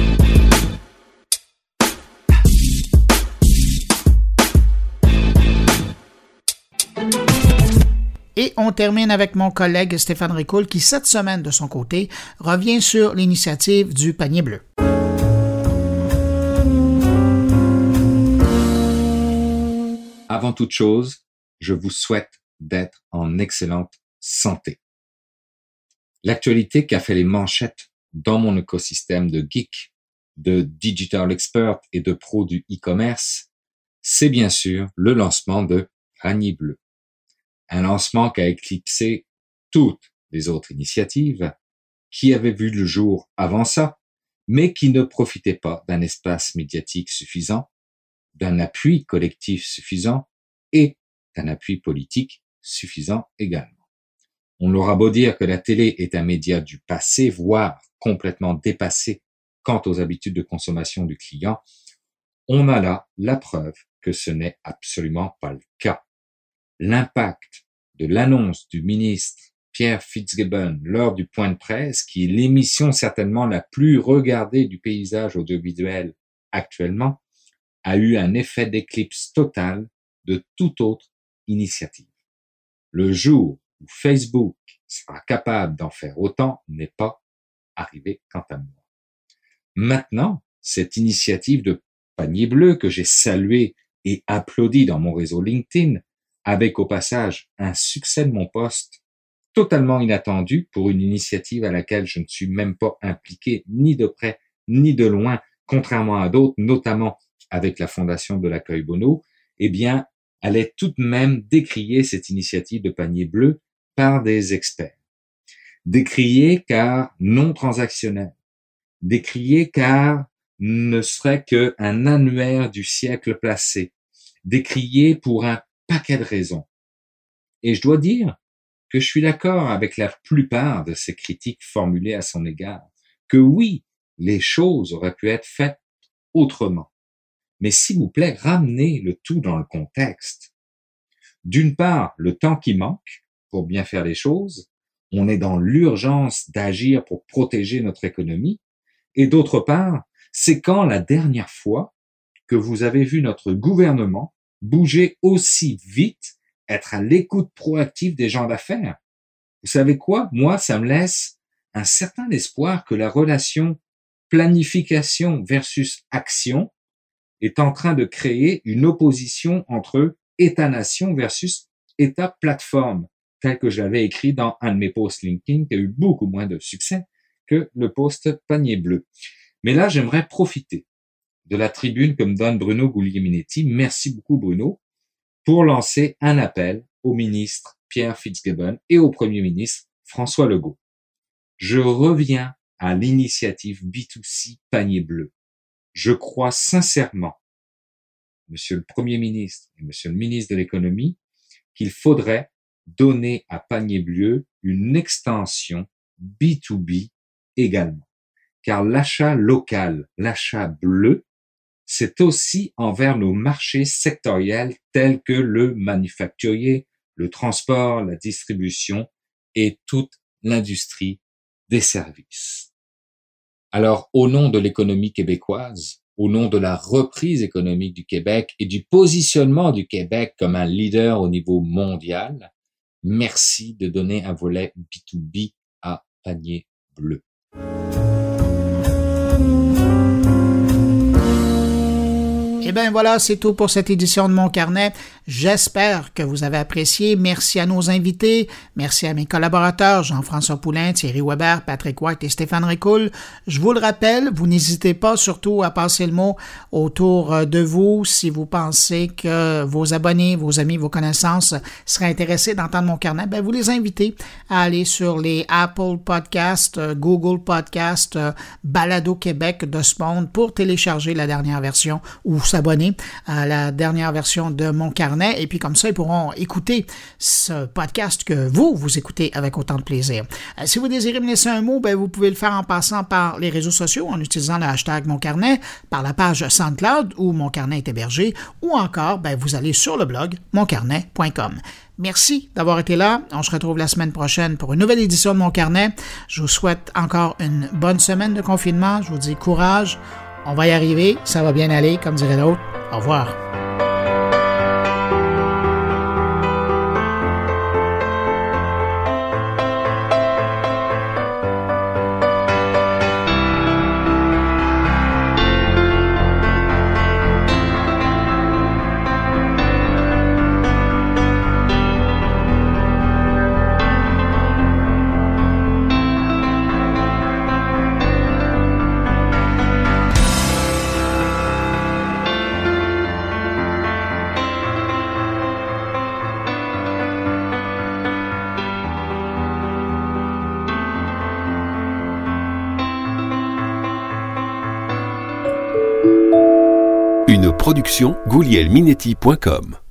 Et on termine avec mon collègue Stéphane Ricoul qui, cette semaine, de son côté, revient sur l'initiative du panier bleu. Avant toute chose, je vous souhaite d'être en excellente santé. L'actualité qui a fait les manchettes dans mon écosystème de geek, de digital expert et de pro du e-commerce, c'est bien sûr le lancement de Panier Bleu. Un lancement qui a éclipsé toutes les autres initiatives qui avaient vu le jour avant ça, mais qui ne profitaient pas d'un espace médiatique suffisant, d'un appui collectif suffisant et d'un appui politique suffisant également. On aura beau dire que la télé est un média du passé, voire complètement dépassé quant aux habitudes de consommation du client, on a là la preuve que ce n'est absolument pas le cas. L'impact de l'annonce du ministre Pierre Fitzgibbon lors du point de presse, qui est l'émission certainement la plus regardée du paysage audiovisuel actuellement, a eu un effet d'éclipse total de toute autre initiative. Le jour où Facebook sera capable d'en faire autant n'est pas arrivé quant à moi. Maintenant, cette initiative de Panier Bleu que j'ai saluée et applaudie dans mon réseau LinkedIn, avec au passage un succès de mon poste totalement inattendu pour une initiative à laquelle je ne suis même pas impliqué ni de près ni de loin, contrairement à d'autres, notamment avec la fondation de l'Accueil Bono, eh bien, allait tout de même décrier cette initiative de Panier Bleu par des experts. Décrier car non transactionnel. Décrier car ne serait qu'un annuaire du siècle placé. Décrier pour un paquet de raisons. Et je dois dire que je suis d'accord avec la plupart de ces critiques formulées à son égard, que oui, les choses auraient pu être faites autrement. Mais s'il vous plaît, ramenez le tout dans le contexte. D'une part, le temps qui manque pour bien faire les choses, on est dans l'urgence d'agir pour protéger notre économie, et d'autre part, c'est quand la dernière fois que vous avez vu notre gouvernement bouger aussi vite, être à l'écoute proactive des gens d'affaires. Vous savez quoi? Moi, ça me laisse un certain espoir que la relation planification versus action est en train de créer une opposition entre État-nation versus État-plateforme, tel que j'avais écrit dans un de mes posts LinkedIn qui a eu beaucoup moins de succès que le post Panier Bleu. Mais là, j'aimerais profiter de la tribune que me donne Bruno Guglielminetti, merci beaucoup Bruno, pour lancer un appel au ministre Pierre Fitzgibbon et au Premier ministre François Legault. Je reviens à l'initiative B2C Panier Bleu. Je crois sincèrement, Monsieur le Premier ministre et Monsieur le ministre de l'Économie, qu'il faudrait donner à Panier Bleu une extension B2B également. Car l'achat local, l'achat bleu, c'est aussi envers nos marchés sectoriels tels que le manufacturier, le transport, la distribution et toute l'industrie des services. Alors, au nom de l'économie québécoise, au nom de la reprise économique du Québec et du positionnement du Québec comme un leader au niveau mondial, merci de donner un volet B2B à Panier Bleu. Eh bien voilà, c'est tout pour cette édition de Mon Carnet. J'espère que vous avez apprécié. Merci à nos invités. Merci à mes collaborateurs, Jean-François Poulain, Thierry Weber, Patrick White et Stéphane Ricoul. Je vous le rappelle, vous n'hésitez pas surtout à passer le mot autour de vous si vous pensez que vos abonnés, vos amis, vos connaissances seraient intéressés d'entendre Mon Carnet. Ben, vous les invitez à aller sur les Apple Podcasts, Google Podcasts, Balado Québec de Spawn pour télécharger la dernière version ou s'abonner à la dernière version de Mon Carnet et puis comme ça, ils pourront écouter ce podcast que vous écoutez avec autant de plaisir. Si vous désirez me laisser un mot, ben vous pouvez le faire en passant par les réseaux sociaux en utilisant le hashtag Mon Carnet, par la page SoundCloud où Mon Carnet est hébergé ou encore, ben vous allez sur le blog moncarnet.com. Merci d'avoir été là. On se retrouve la semaine prochaine pour une nouvelle édition de Mon Carnet. Je vous souhaite encore une bonne semaine de confinement. Je vous dis courage. On va y arriver, ça va bien aller, comme dirait l'autre. Au revoir. production goulielminetti.com.